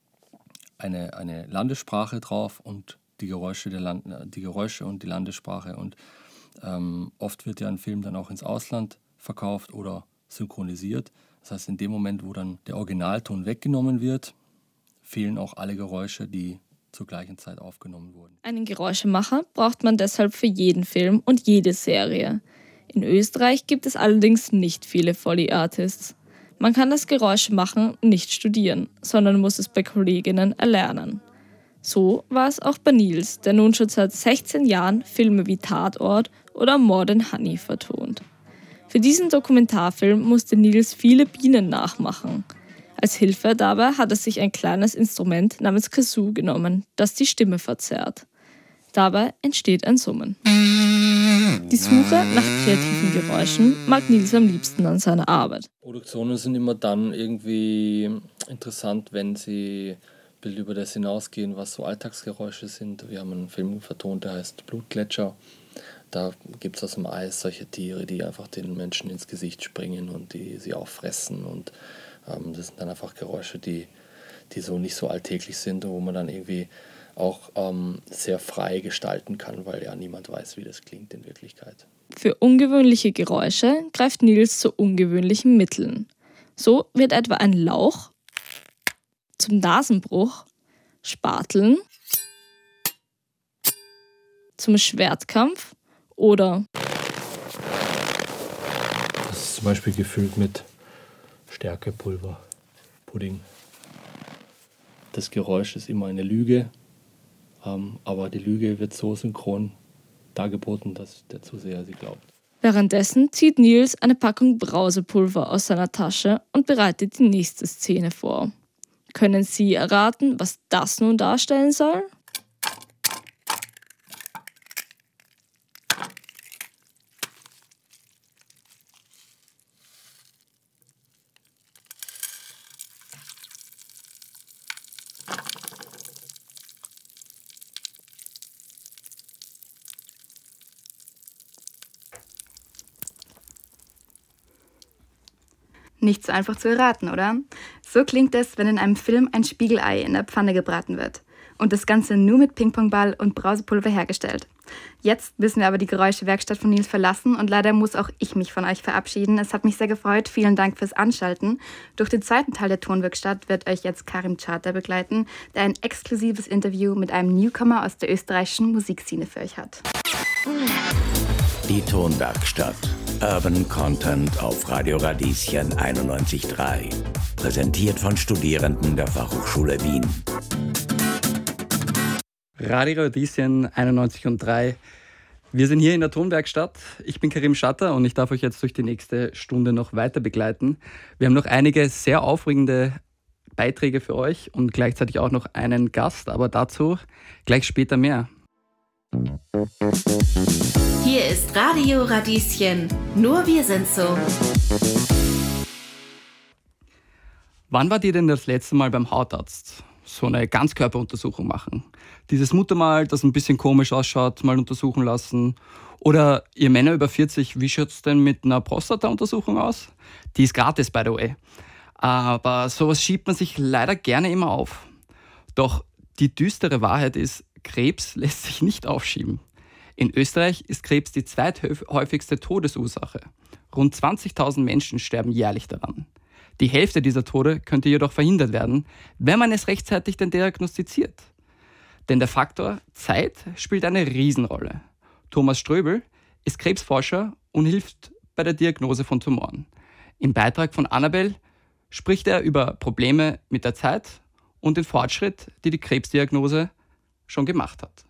S13: eine Landessprache drauf und die Geräusche und die Landessprache. Und oft wird ja ein Film dann auch ins Ausland verkauft oder synchronisiert. Das heißt, in dem Moment, wo dann der Originalton weggenommen wird, fehlen auch alle Geräusche, die zur gleichen Zeit aufgenommen wurden.
S14: Einen Geräuschemacher braucht man deshalb für jeden Film und jede Serie. In Österreich gibt es allerdings nicht viele Foley-Artists. Man kann das Geräuschemachen nicht studieren, sondern muss es bei Kolleginnen erlernen. So war es auch bei Nils, der nun schon seit 16 Jahren Filme wie Tatort oder More Than Honey vertont. Für diesen Dokumentarfilm musste Nils viele Bienen nachmachen. Als Hilfe dabei hat er sich ein kleines Instrument namens Kazoo genommen, das die Stimme verzerrt. Dabei entsteht ein Summen. Die Suche nach kreativen Geräuschen mag Nils am liebsten an seiner Arbeit.
S13: Produktionen sind immer dann irgendwie interessant, wenn sie ein bisschen über das hinausgehen, was so Alltagsgeräusche sind. Wir haben einen Film vertont, der heißt Blutgletscher. Da gibt es aus dem Eis solche Tiere, die einfach den Menschen ins Gesicht springen und die sie auffressen. Und das sind dann einfach Geräusche, die so nicht so alltäglich sind, wo man dann irgendwie auch sehr frei gestalten kann, weil ja niemand weiß, wie das klingt in Wirklichkeit.
S14: Für ungewöhnliche Geräusche greift Nils zu ungewöhnlichen Mitteln. So wird etwa ein Lauch zum Nasenbruch, Spateln zum Schwertkampf oder
S13: das ist zum Beispiel gefüllt mit Stärkepulver, Pudding. Das Geräusch ist immer eine Lüge, aber die Lüge wird so synchron dargeboten, dass der Zuseher sie glaubt.
S14: Währenddessen zieht Nils eine Packung Brausepulver aus seiner Tasche und bereitet die nächste Szene vor. Können Sie erraten, was das nun darstellen soll?
S2: Nicht so einfach zu erraten, oder? So klingt es, wenn in einem Film ein Spiegelei in der Pfanne gebraten wird. Und das Ganze nur mit Ping-Pong-Ball und Brausepulver hergestellt. Jetzt müssen wir aber die Geräuschewerkstatt von Nils verlassen und leider muss auch ich mich von euch verabschieden. Es hat mich sehr gefreut. Vielen Dank fürs Anschalten. Durch den zweiten Teil der Tonwerkstatt wird euch jetzt Karim Charter begleiten, der ein exklusives Interview mit einem Newcomer aus der österreichischen Musikszene für euch hat.
S1: Die Tonwerkstatt. Urban Content auf Radio Radieschen 91.3. Präsentiert von Studierenden der Fachhochschule Wien.
S4: Radio Radieschen 91,3. Wir sind hier in der Tonwerkstatt. Ich bin Karim Schatter und ich darf euch jetzt durch die nächste Stunde noch weiter begleiten. Wir haben noch einige sehr aufregende Beiträge für euch und gleichzeitig auch noch einen Gast, aber dazu gleich später mehr.
S3: Hier ist Radio Radieschen. Nur wir sind so.
S4: Wann wart ihr denn das letzte Mal beim Hautarzt? So eine Ganzkörperuntersuchung machen. Dieses Muttermal, das ein bisschen komisch ausschaut, mal untersuchen lassen. Oder ihr Männer über 40, wie schaut es denn mit einer Prostata-Untersuchung aus? Die ist gratis, by the way. Aber sowas schiebt man sich leider gerne immer auf. Doch die düstere Wahrheit ist, Krebs lässt sich nicht aufschieben. In Österreich ist Krebs die zweithäufigste Todesursache. Rund 20.000 Menschen sterben jährlich daran. Die Hälfte dieser Tode könnte jedoch verhindert werden, wenn man es rechtzeitig denn diagnostiziert. Denn der Faktor Zeit spielt eine Riesenrolle. Thomas Ströbel ist Krebsforscher und hilft bei der Diagnose von Tumoren. Im Beitrag von Annabel spricht er über Probleme mit der Zeit und den Fortschritt, die die Krebsdiagnose schon gemacht hat.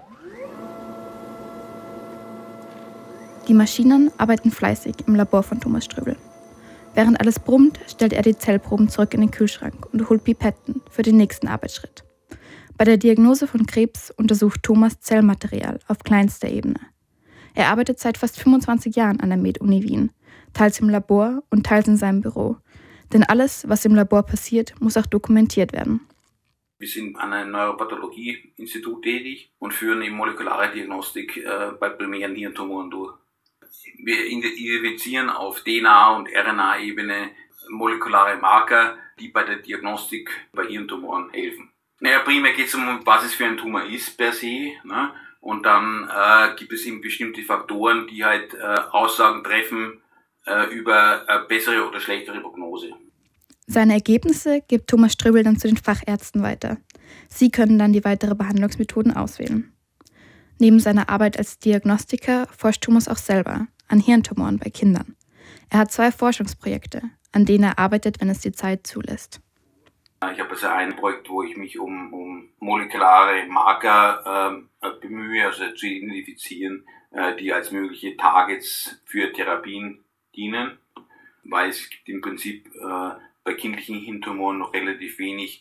S2: Die Maschinen arbeiten fleißig im Labor von Thomas Ströbel. Während alles brummt, stellt er die Zellproben zurück in den Kühlschrank und holt Pipetten für den nächsten Arbeitsschritt. Bei der Diagnose von Krebs untersucht Thomas Zellmaterial auf kleinster Ebene. Er arbeitet seit fast 25 Jahren an der Med-Uni Wien, teils im Labor und teils in seinem Büro. Denn alles, was im Labor passiert, muss auch dokumentiert werden.
S17: Wir sind an einem Neuropathologie-Institut tätig und führen eben molekulare Diagnostik bei primären Hirntumoren durch. Wir identifizieren auf DNA- und RNA-Ebene molekulare Marker, die bei der Diagnostik bei Hirntumoren helfen. Naja, primär geht es um, was es für ein Tumor ist per se, ne? Und dann gibt es eben bestimmte Faktoren, die halt Aussagen treffen über bessere oder schlechtere Prognose.
S2: Seine Ergebnisse gibt Thomas Ströbel dann zu den Fachärzten weiter. Sie können dann die weiteren Behandlungsmethoden auswählen. Neben seiner Arbeit als Diagnostiker forscht Thomas auch selber an Hirntumoren bei Kindern. Er hat 2 Forschungsprojekte, an denen er arbeitet, wenn es die Zeit zulässt.
S17: Ich habe also ein Projekt, wo ich mich um molekulare Marker bemühe, also zu identifizieren, die als mögliche Targets für Therapien dienen, weil es gibt im Prinzip bei kindlichen Hirntumoren noch relativ wenig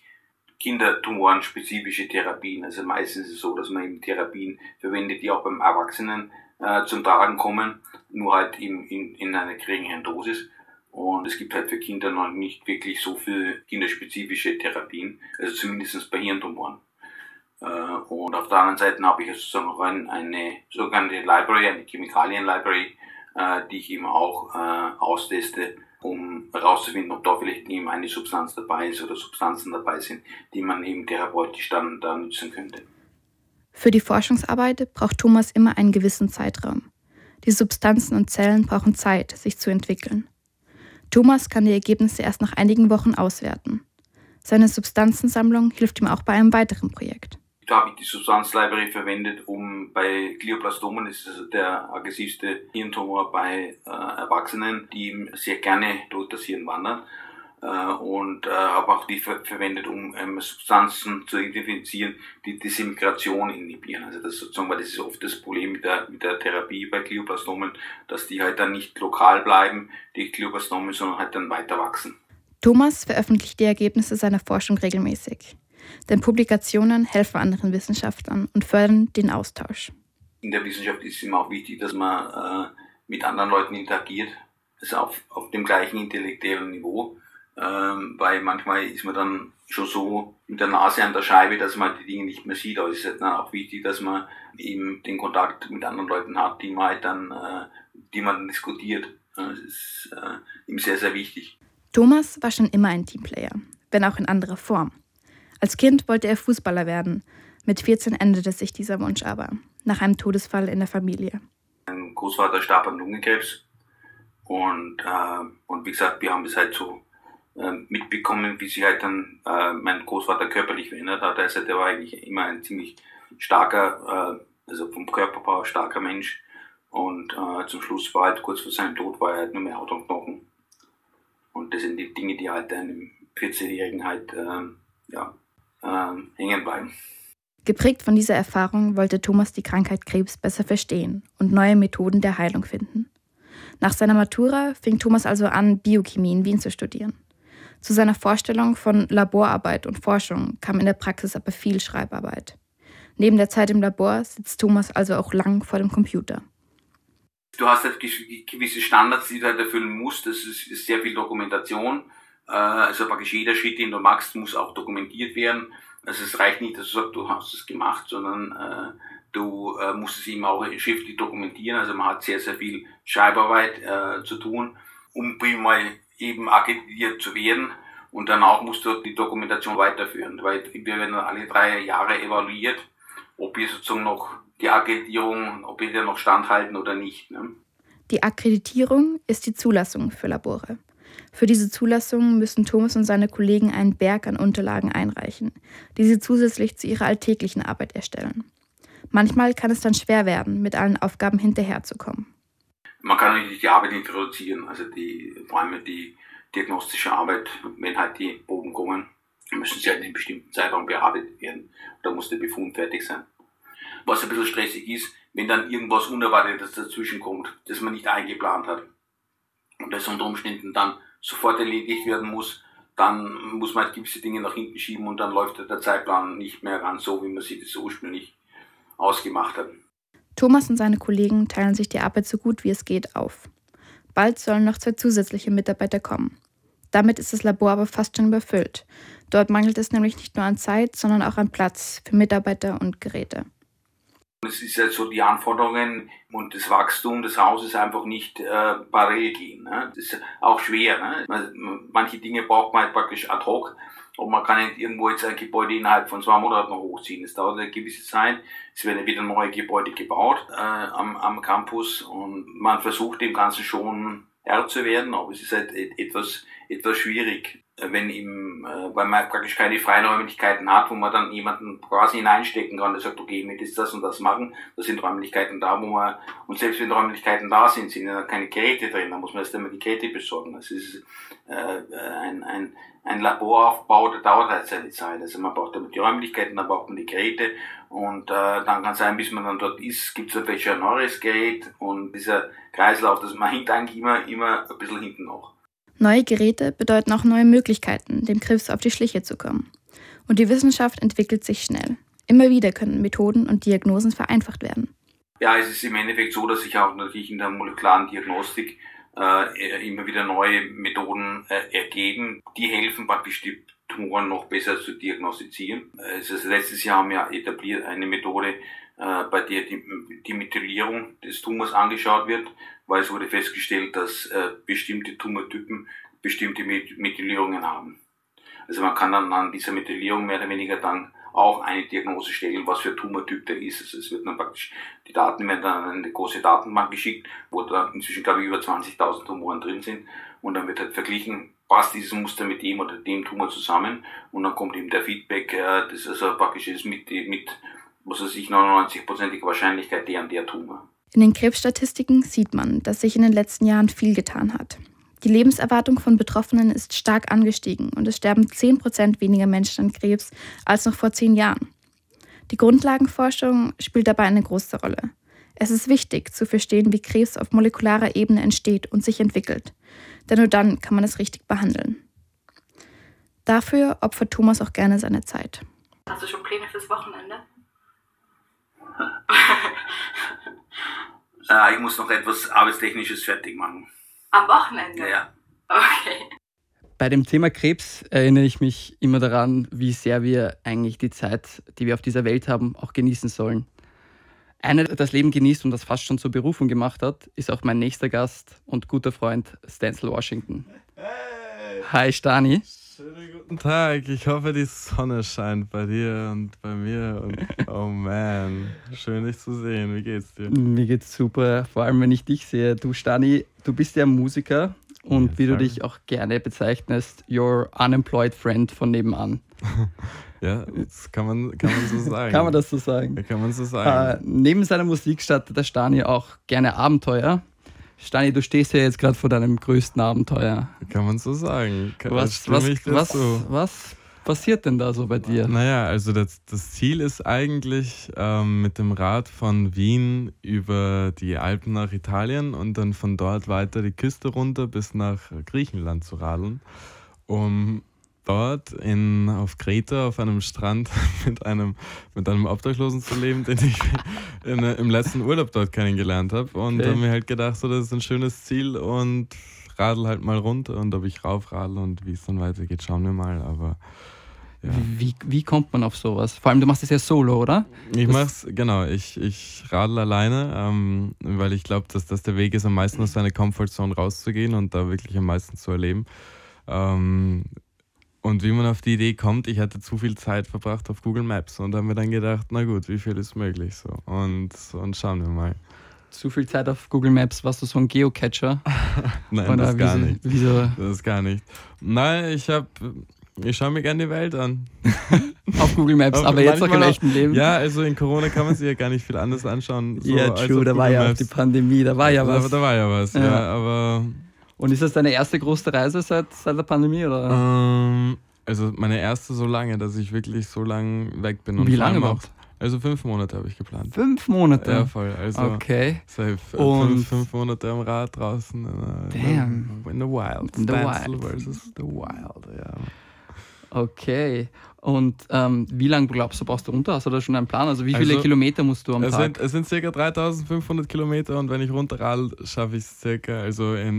S17: Kindertumoren-spezifische Therapien. Also meistens ist es so, dass man eben Therapien verwendet, die auch beim Erwachsenen zum Tragen kommen, nur halt in einer geringeren Dosis. Und es gibt halt für Kinder noch nicht wirklich so viele kinderspezifische Therapien, also zumindest bei Hirntumoren. Und auf der anderen Seite habe ich sozusagen noch eine sogenannte Library, eine Chemikalien-Library, die ich eben auch austeste, um herauszufinden, ob da vielleicht eben eine Substanz dabei ist oder Substanzen dabei sind, die man eben therapeutisch dann nutzen könnte.
S2: Für die Forschungsarbeit braucht Thomas immer einen gewissen Zeitraum. Die Substanzen und Zellen brauchen Zeit, sich zu entwickeln. Thomas kann die Ergebnisse erst nach einigen Wochen auswerten. Seine Substanzensammlung hilft ihm auch bei einem weiteren Projekt.
S17: Da habe ich die Substanzlibrary verwendet, um bei Glioblastomen, das ist also der aggressivste Hirntumor bei Erwachsenen, die sehr gerne durch das Hirn wandern. Und habe auch die verwendet, um Substanzen zu identifizieren, die Dissemination inhibieren. Also das sozusagen, weil das ist oft das Problem mit der Therapie bei Glioblastomen, dass die halt dann nicht lokal bleiben, die Glioblastomen, sondern halt dann weiter wachsen.
S2: Thomas veröffentlicht die Ergebnisse seiner Forschung regelmäßig. Denn Publikationen helfen anderen Wissenschaftlern und fördern den Austausch.
S17: In der Wissenschaft ist es immer auch wichtig, dass man mit anderen Leuten interagiert, also auf dem gleichen intellektuellen Niveau. Weil manchmal ist man dann schon so mit der Nase an der Scheibe, dass man die Dinge nicht mehr sieht. Aber es ist halt dann auch wichtig, dass man eben den Kontakt mit anderen Leuten hat, die man dann diskutiert. Das ist ihm sehr, sehr wichtig.
S2: Thomas war schon immer ein Teamplayer, wenn auch in anderer Form. Als Kind wollte er Fußballer werden. Mit 14 änderte sich dieser Wunsch aber, nach einem Todesfall in der Familie.
S17: Mein Großvater starb an Lungenkrebs und wie gesagt, wir haben das halt so mitbekommen, wie sich halt dann mein Großvater körperlich verändert hat. Also der war eigentlich immer ein ziemlich starker, also vom Körperbau starker Mensch. Und zum Schluss war halt kurz vor seinem Tod war er halt nur mehr Haut und Knochen. Und das sind die Dinge, die halt einem 14-Jährigen halt hängen bleiben.
S2: Geprägt von dieser Erfahrung wollte Thomas die Krankheit Krebs besser verstehen und neue Methoden der Heilung finden. Nach seiner Matura fing Thomas also an, Biochemie in Wien zu studieren. Zu seiner Vorstellung von Laborarbeit und Forschung kam in der Praxis aber viel Schreibarbeit. Neben der Zeit im Labor sitzt Thomas also auch lang vor dem Computer.
S17: Du hast halt gewisse Standards, die du halt erfüllen musst. Das ist sehr viel Dokumentation. Also praktisch jeder Schritt, den du machst, muss auch dokumentiert werden. Also es reicht nicht, dass du sagst, du hast es gemacht, sondern du musst es eben auch schriftlich dokumentieren. Also man hat sehr, sehr viel Schreibarbeit zu tun, um primär eben akkreditiert zu werden. Und danach musst du die Dokumentation weiterführen, weil wir werden alle 3 Jahre evaluiert, ob wir sozusagen noch die Akkreditierung, ob wir noch standhalten oder nicht. Ne?
S2: Die Akkreditierung ist die Zulassung für Labore. Für diese Zulassung müssen Thomas und seine Kollegen einen Berg an Unterlagen einreichen, die sie zusätzlich zu ihrer alltäglichen Arbeit erstellen. Manchmal kann es dann schwer werden, mit allen Aufgaben hinterherzukommen.
S17: Man kann natürlich die Arbeit nicht reduzieren, also vor allem die diagnostische Arbeit, wenn halt die Proben kommen, müssen sie halt in einem bestimmten Zeitraum bearbeitet werden. Da muss der Befund fertig sein. Was ein bisschen stressig ist, wenn dann irgendwas Unerwartetes dazwischen kommt, das man nicht eingeplant hat und das unter Umständen dann sofort erledigt werden muss, dann muss man halt gewisse Dinge nach hinten schieben und dann läuft der Zeitplan nicht mehr ganz so, wie man sich das ursprünglich ausgemacht hat.
S2: Thomas und seine Kollegen teilen sich die Arbeit so gut wie es geht auf. Bald sollen noch 2 zusätzliche Mitarbeiter kommen. Damit ist das Labor aber fast schon überfüllt. Dort mangelt es nämlich nicht nur an Zeit, sondern auch an Platz für Mitarbeiter und Geräte.
S17: Es ist halt so, die Anforderungen und das Wachstum des Hauses einfach nicht parallel gehen. Ne? Das ist auch schwer. Ne? Manche Dinge braucht man halt praktisch ad hoc und man kann nicht irgendwo jetzt ein Gebäude innerhalb von 2 Monaten hochziehen. Es dauert eine gewisse Zeit. Es werden wieder neue Gebäude gebaut am Campus und man versucht dem Ganzen schon Herr zu werden, aber es ist halt etwas schwierig, weil man praktisch keine freien Räumlichkeiten hat, wo man dann jemanden quasi hineinstecken kann, der sagt, okay, ich möchte jetzt das und das machen, da sind Räumlichkeiten da, und selbst wenn Räumlichkeiten da sind, sind ja keine Geräte drin, da muss man erst einmal die Geräte besorgen. Das ist ein Laboraufbau, der dauert halt seine Zeit, also man braucht damit die Räumlichkeiten, dann braucht man die Geräte und dann kann es sein, bis man dann dort ist, gibt es vielleicht ein neues Gerät und dieser Kreislauf, man hinkt eigentlich immer ein bisschen hinten noch.
S2: Neue Geräte bedeuten auch neue Möglichkeiten, dem Krebs auf die Schliche zu kommen. Und die Wissenschaft entwickelt sich schnell. Immer wieder können Methoden und Diagnosen vereinfacht werden.
S17: Ja, es ist im Endeffekt so, dass sich auch natürlich in der molekularen Diagnostik immer wieder neue Methoden ergeben, die helfen praktisch die Tumoren noch besser zu diagnostizieren. Also letztes Jahr haben wir etabliert eine Methode, bei der die Methylierung des Tumors angeschaut wird, weil es wurde festgestellt, dass bestimmte Tumortypen bestimmte Methylierungen haben. Also man kann dann an dieser Methylierung mehr oder weniger dann auch eine Diagnose stellen, was für Tumortyp der ist. Also es wird dann praktisch, die Daten werden dann in eine große Datenbank geschickt, wo da inzwischen, glaube ich, über 20.000 Tumoren drin sind und dann wird halt verglichen, passt dieses Muster mit dem oder dem Tumor zusammen und dann kommt eben der Feedback, das ist also praktisch mit was weiß ich, 99%iger Wahrscheinlichkeit der und der Tumor.
S2: In den Krebsstatistiken sieht man, dass sich in den letzten Jahren viel getan hat. Die Lebenserwartung von Betroffenen ist stark angestiegen und es sterben 10% weniger Menschen an Krebs als noch vor 10 Jahren. Die Grundlagenforschung spielt dabei eine große Rolle. Es ist wichtig, zu verstehen, wie Krebs auf molekularer Ebene entsteht und sich entwickelt. Denn nur dann kann man es richtig behandeln. Dafür opfert Thomas auch gerne seine Zeit.
S7: Hast du schon Pläne fürs Wochenende?
S17: Ich muss noch etwas Arbeitstechnisches fertig machen.
S7: Am Wochenende?
S17: Ja.
S7: Okay.
S4: Bei dem Thema Krebs erinnere ich mich immer daran, wie sehr wir eigentlich die Zeit, die wir auf dieser Welt haben, auch genießen sollen. Einer, der das Leben genießt und das fast schon zur Berufung gemacht hat, ist auch mein nächster Gast und guter Freund Stenzel Washington. Hey. Hi Stani.
S18: Schönen guten Tag, ich hoffe die Sonne scheint bei dir und bei mir und oh man, schön dich zu sehen, wie geht's dir?
S4: Mir geht's super, vor allem wenn ich dich sehe. Du Stani, du bist ja Musiker und ja, wie du dich auch gerne bezeichnest, your unemployed friend von nebenan.
S18: Ja, das kann man so sagen.
S4: Kann man das so sagen?
S18: Ja, kann man so sagen.
S4: Neben seiner Musik startet der Stani auch gerne Abenteuer. Stani, du stehst ja jetzt gerade vor deinem größten Abenteuer.
S18: Kann man so sagen.
S4: Was passiert denn da so bei dir?
S18: Naja, also das Ziel ist eigentlich, mit dem Rad von Wien über die Alpen nach Italien und dann von dort weiter die Küste runter bis nach Griechenland zu radeln, um dort auf Kreta auf einem Strand mit einem Obdachlosen zu leben, den ich im letzten Urlaub dort kennengelernt habe. Und habe mir halt gedacht, so, das ist ein schönes Ziel und radel halt mal runter, und ob ich raufradel und wie es dann weitergeht, schauen wir mal. Aber ja.
S4: Wie kommt man auf sowas? Vor allem, du machst es ja solo, oder?
S18: Ich radel alleine, weil ich glaube, dass das der Weg ist, am meisten aus seiner Comfortzone rauszugehen und da wirklich am meisten zu erleben. Und wie man auf die Idee kommt, ich hatte zu viel Zeit verbracht auf Google Maps und habe mir dann gedacht, na gut, wie viel ist möglich so, und schauen wir mal.
S4: Zu viel Zeit auf Google Maps, warst du so ein Geocacher?
S18: Nein, oder das gar nicht. Wieso? Das gar nicht. Nein, ich schaue mir gerne die Welt an.
S4: Auf Google Maps, aber jetzt auch im echten Leben?
S18: Ja, also in Corona kann man sich ja gar nicht viel anders anschauen. So,
S4: ja, true, da war ja auch die Pandemie, da war ja was.
S18: Da war ja was, ja, aber...
S4: Und ist das deine erste große Reise seit der Pandemie, oder?
S18: Also meine erste so lange, dass ich wirklich so lang weg bin. Und
S4: wie lange überhaupt?
S18: Also 5 Monate habe ich geplant.
S4: 5 Monate?
S18: Ja, voll. Also
S4: okay.
S18: Und 5 Monate am Rad draußen. In the wild.
S4: In the wild.
S18: Versus the wild, ja.
S4: Okay. Und wie lange glaubst du, brauchst du runter? Hast du da schon einen Plan? Also wie viele Kilometer musst du am Tag?
S18: Es sind ca. 3500 Kilometer, und wenn ich runterradel, schaffe ich es circa, also in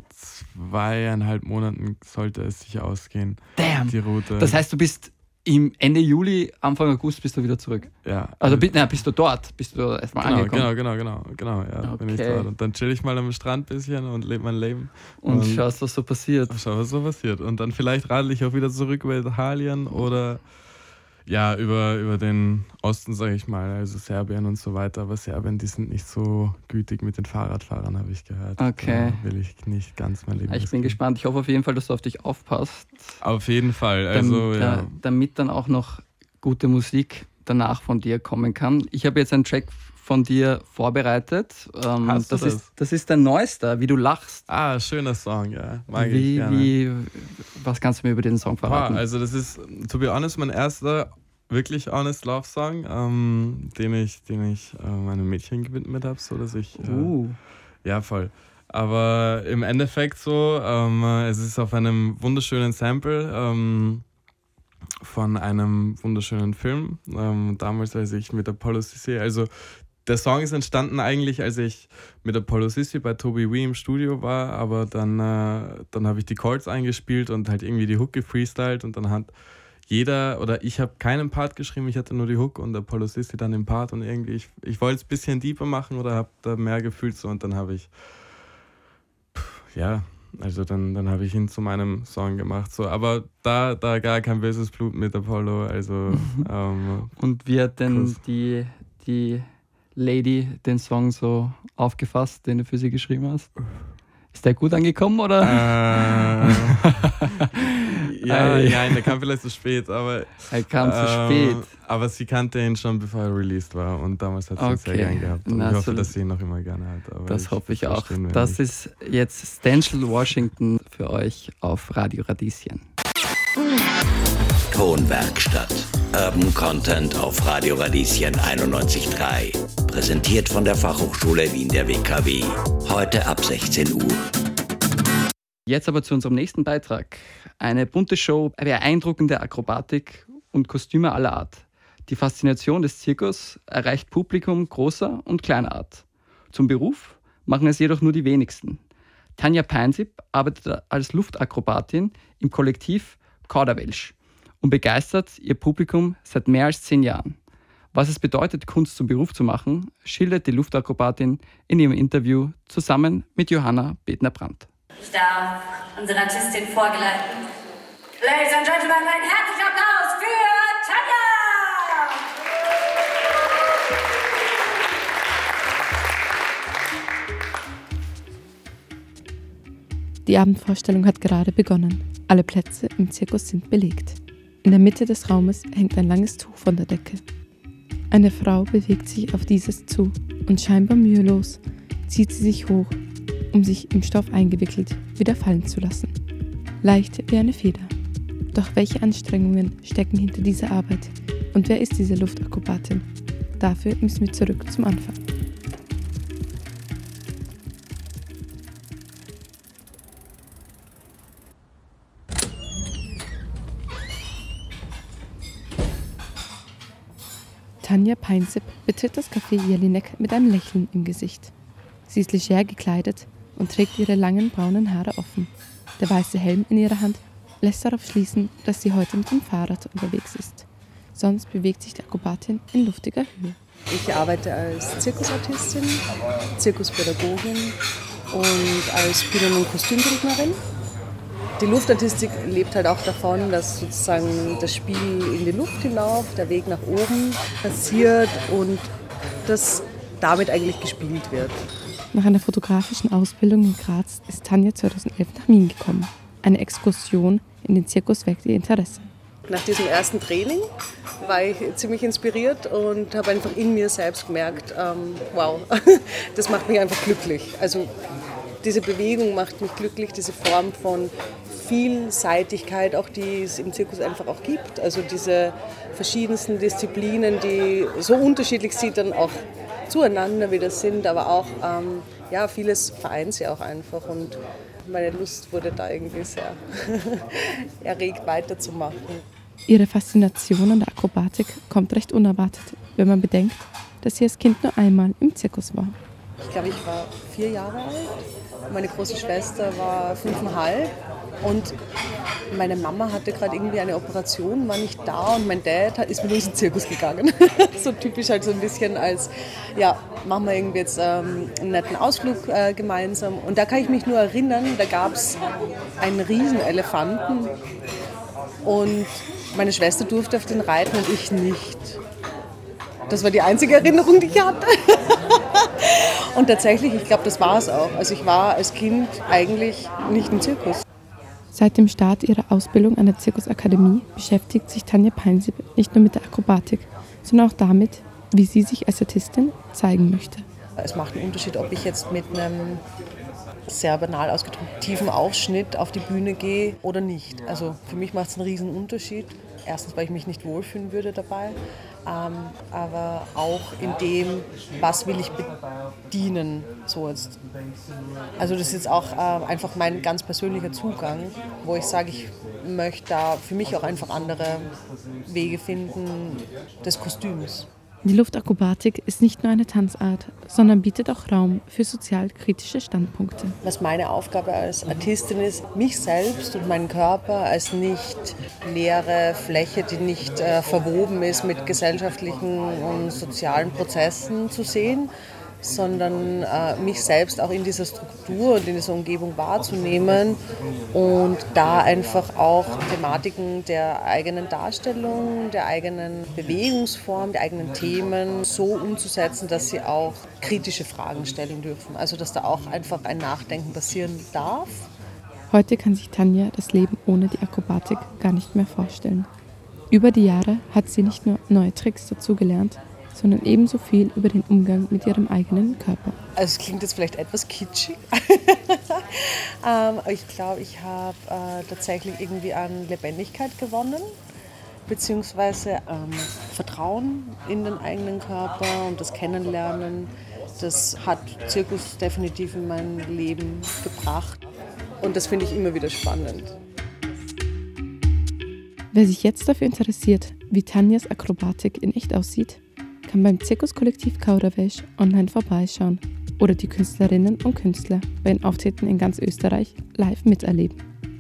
S18: 2,5 Monaten sollte es sich ausgehen.
S4: Damn!
S18: Die Route.
S4: Das heißt, du bist im Ende Juli, Anfang August bist du wieder zurück?
S18: Ja.
S4: Also bist du dort? Bist du erstmal angekommen?
S18: Genau, ja, bin ich dort. Und dann chill ich mal am Strand ein bisschen und lebe mein Leben.
S4: Und schaust, was so passiert.
S18: Und dann vielleicht radel ich auch wieder zurück über Italien oder ja, über den Osten, sage ich mal, also Serbien und so weiter. Aber Serbien, die sind nicht so gütig mit den Fahrradfahrern, habe ich gehört.
S4: Okay.
S18: Da will ich nicht ganz mein Leben
S4: Ich bin gespannt. Ich hoffe auf jeden Fall, dass du auf dich aufpasst.
S18: Auf jeden Fall. Also,
S4: damit dann auch noch gute Musik danach von dir kommen kann. Ich habe jetzt einen Track von dir vorbereitet. Das ist dein neuester, Wie du lachst.
S18: Ah, schöner Song, ja. Mag ich gerne.
S4: Was kannst du mir über den Song verraten?
S18: Also das ist, to be honest, mein erster wirklich honest Love Song, den ich meinem Mädchen gewidmet habe, so dass ich ja, voll. Aber im Endeffekt so, es ist auf einem wunderschönen Sample von einem wunderschönen Film. Damals, als ich mit Apollo Sissi, also der Song ist entstanden eigentlich, als ich mit Apollo Sissi bei Toby Wee im Studio war, aber dann habe ich die Chords eingespielt und halt irgendwie die Hook gefreestylt, und dann hat ich habe keinen Part geschrieben, ich hatte nur die Hook und Apollo Sissi dann den Part, und irgendwie, ich wollte es ein bisschen deeper machen oder habe da mehr gefühlt so, und dann habe ich, also dann habe ich ihn zu meinem Song gemacht, so, aber da gar kein böses Blut mit Apollo, also
S4: und wie hat denn die Lady den Song so aufgefasst, den du für sie geschrieben hast? Ist der gut angekommen, oder?
S18: Nein, der kam vielleicht zu spät, aber...
S4: Er kam zu spät.
S18: Aber sie kannte ihn schon, bevor er released war, und damals hat sie ihn sehr gern gehabt. Und ich hoffe, dass sie ihn noch immer gerne hat. Aber
S4: das hoffe ich auch. Das ist jetzt Stanchel Washington für euch auf Radio Radieschen.
S1: Tonwerkstatt. Urban Content auf Radio Radieschen 91.3. Präsentiert von der Fachhochschule Wien der WKW. Heute ab 16 Uhr.
S4: Jetzt aber zu unserem nächsten Beitrag. Eine bunte Show, beeindruckende Akrobatik und Kostüme aller Art. Die Faszination des Zirkus erreicht Publikum großer und kleiner Art. Zum Beruf machen es jedoch nur die wenigsten. Tanja Peinsip arbeitet als Luftakrobatin im Kollektiv Kauderwelsch und begeistert ihr Publikum seit mehr als 10 Jahren. Was es bedeutet, Kunst zum Beruf zu machen, schildert die Luftakrobatin in ihrem Interview zusammen mit Johanna Bedner-Brandt.
S19: Ich darf unsere Artistin vorgeleiten. Ladies and Gentlemen, ein herzlicher Applaus für Tanja!
S12: Die Abendvorstellung hat gerade begonnen. Alle Plätze im Zirkus sind belegt. In der Mitte des Raumes hängt ein langes Tuch von der Decke. Eine Frau bewegt sich auf dieses zu und scheinbar mühelos zieht sie sich hoch, um sich im Stoff eingewickelt wieder fallen zu lassen. Leicht wie eine Feder. Doch welche Anstrengungen stecken hinter dieser Arbeit? Und wer ist diese Luftakrobatin? Dafür müssen wir zurück zum Anfang. Tanja Peinsipp betritt das Café Jelinek mit einem Lächeln im Gesicht. Sie ist leger gekleidet und trägt ihre langen braunen Haare offen. Der weiße Helm in ihrer Hand lässt darauf schließen, dass sie heute mit dem Fahrrad unterwegs ist. Sonst bewegt sich die Akrobatin in luftiger Höhe.
S20: Ich arbeite als Zirkusartistin, Zirkuspädagogin und als Bühnen- und Kostümbildnerin. Die Luftartistik lebt halt auch davon, dass sozusagen das Spiel in die Luft hinauf, der Weg nach oben passiert und dass damit eigentlich gespielt wird.
S12: Nach einer fotografischen Ausbildung in Graz ist Tanja 2011 nach Wien gekommen. Eine Exkursion in den Zirkus weckt ihr Interesse.
S20: Nach diesem ersten Training war ich ziemlich inspiriert und habe einfach in mir selbst gemerkt, wow, das macht mich einfach glücklich. Also diese Bewegung macht mich glücklich, diese Form von Vielseitigkeit, auch die es im Zirkus einfach auch gibt. Also diese verschiedensten Disziplinen, die so unterschiedlich sie dann auch zueinander wieder sind, aber auch vieles vereint sie auch einfach und meine Lust wurde da irgendwie sehr erregt weiterzumachen.
S12: Ihre Faszination an der Akrobatik kommt recht unerwartet, wenn man bedenkt, dass sie als Kind nur einmal im Zirkus war.
S20: Ich glaube, ich war 4 Jahre alt, meine große Schwester war 5,5 und meine Mama hatte gerade irgendwie eine Operation, war nicht da und mein Dad ist mit uns in den Zirkus gegangen. So typisch halt so ein bisschen als, machen wir irgendwie jetzt einen netten Ausflug gemeinsam. Und da kann ich mich nur erinnern, da gab es einen riesen Elefanten und meine Schwester durfte auf den reiten und ich nicht. Das war die einzige Erinnerung, die ich hatte. Und tatsächlich, ich glaube, das war es auch. Also ich war als Kind eigentlich nicht im Zirkus.
S12: Seit dem Start ihrer Ausbildung an der Zirkusakademie beschäftigt sich Tanja Peinsipp nicht nur mit der Akrobatik, sondern auch damit, wie sie sich als Artistin zeigen möchte.
S20: Es macht einen Unterschied, ob ich jetzt mit einem sehr banal ausgedrückten tiefen Aufschnitt auf die Bühne gehe oder nicht. Also für mich macht es einen riesen Unterschied. Erstens, weil ich mich nicht wohlfühlen würde dabei, aber auch in dem, was will ich bedienen. So jetzt. Also das ist jetzt auch einfach mein ganz persönlicher Zugang, wo ich sage, ich möchte da für mich auch einfach andere Wege finden des Kostüms.
S12: Die Luftakrobatik ist nicht nur eine Tanzart, sondern bietet auch Raum für sozialkritische Standpunkte.
S20: Was meine Aufgabe als Artistin ist, mich selbst und meinen Körper als nicht leere Fläche, die nicht verwoben ist mit gesellschaftlichen und sozialen Prozessen zu sehen, sondern mich selbst auch in dieser Struktur und in dieser Umgebung wahrzunehmen und da einfach auch Thematiken der eigenen Darstellung, der eigenen Bewegungsform, der eigenen Themen so umzusetzen, dass sie auch kritische Fragen stellen dürfen. Also dass da auch einfach ein Nachdenken passieren darf.
S12: Heute kann sich Tanja das Leben ohne die Akrobatik gar nicht mehr vorstellen. Über die Jahre hat sie nicht nur neue Tricks dazugelernt, sondern ebenso viel über den Umgang mit ihrem eigenen Körper.
S20: Also es klingt jetzt vielleicht etwas kitschig, aber ich glaube, ich habe tatsächlich irgendwie an Lebendigkeit gewonnen, beziehungsweise Vertrauen in den eigenen Körper und das Kennenlernen. Das hat Zirkus definitiv in mein Leben gebracht und das finde ich immer wieder spannend.
S12: Wer sich jetzt dafür interessiert, wie Tanjas Akrobatik in echt aussieht, kann beim Zirkuskollektiv Kauderwelsch online vorbeischauen oder die Künstlerinnen und Künstler bei den Auftritten in ganz Österreich live miterleben.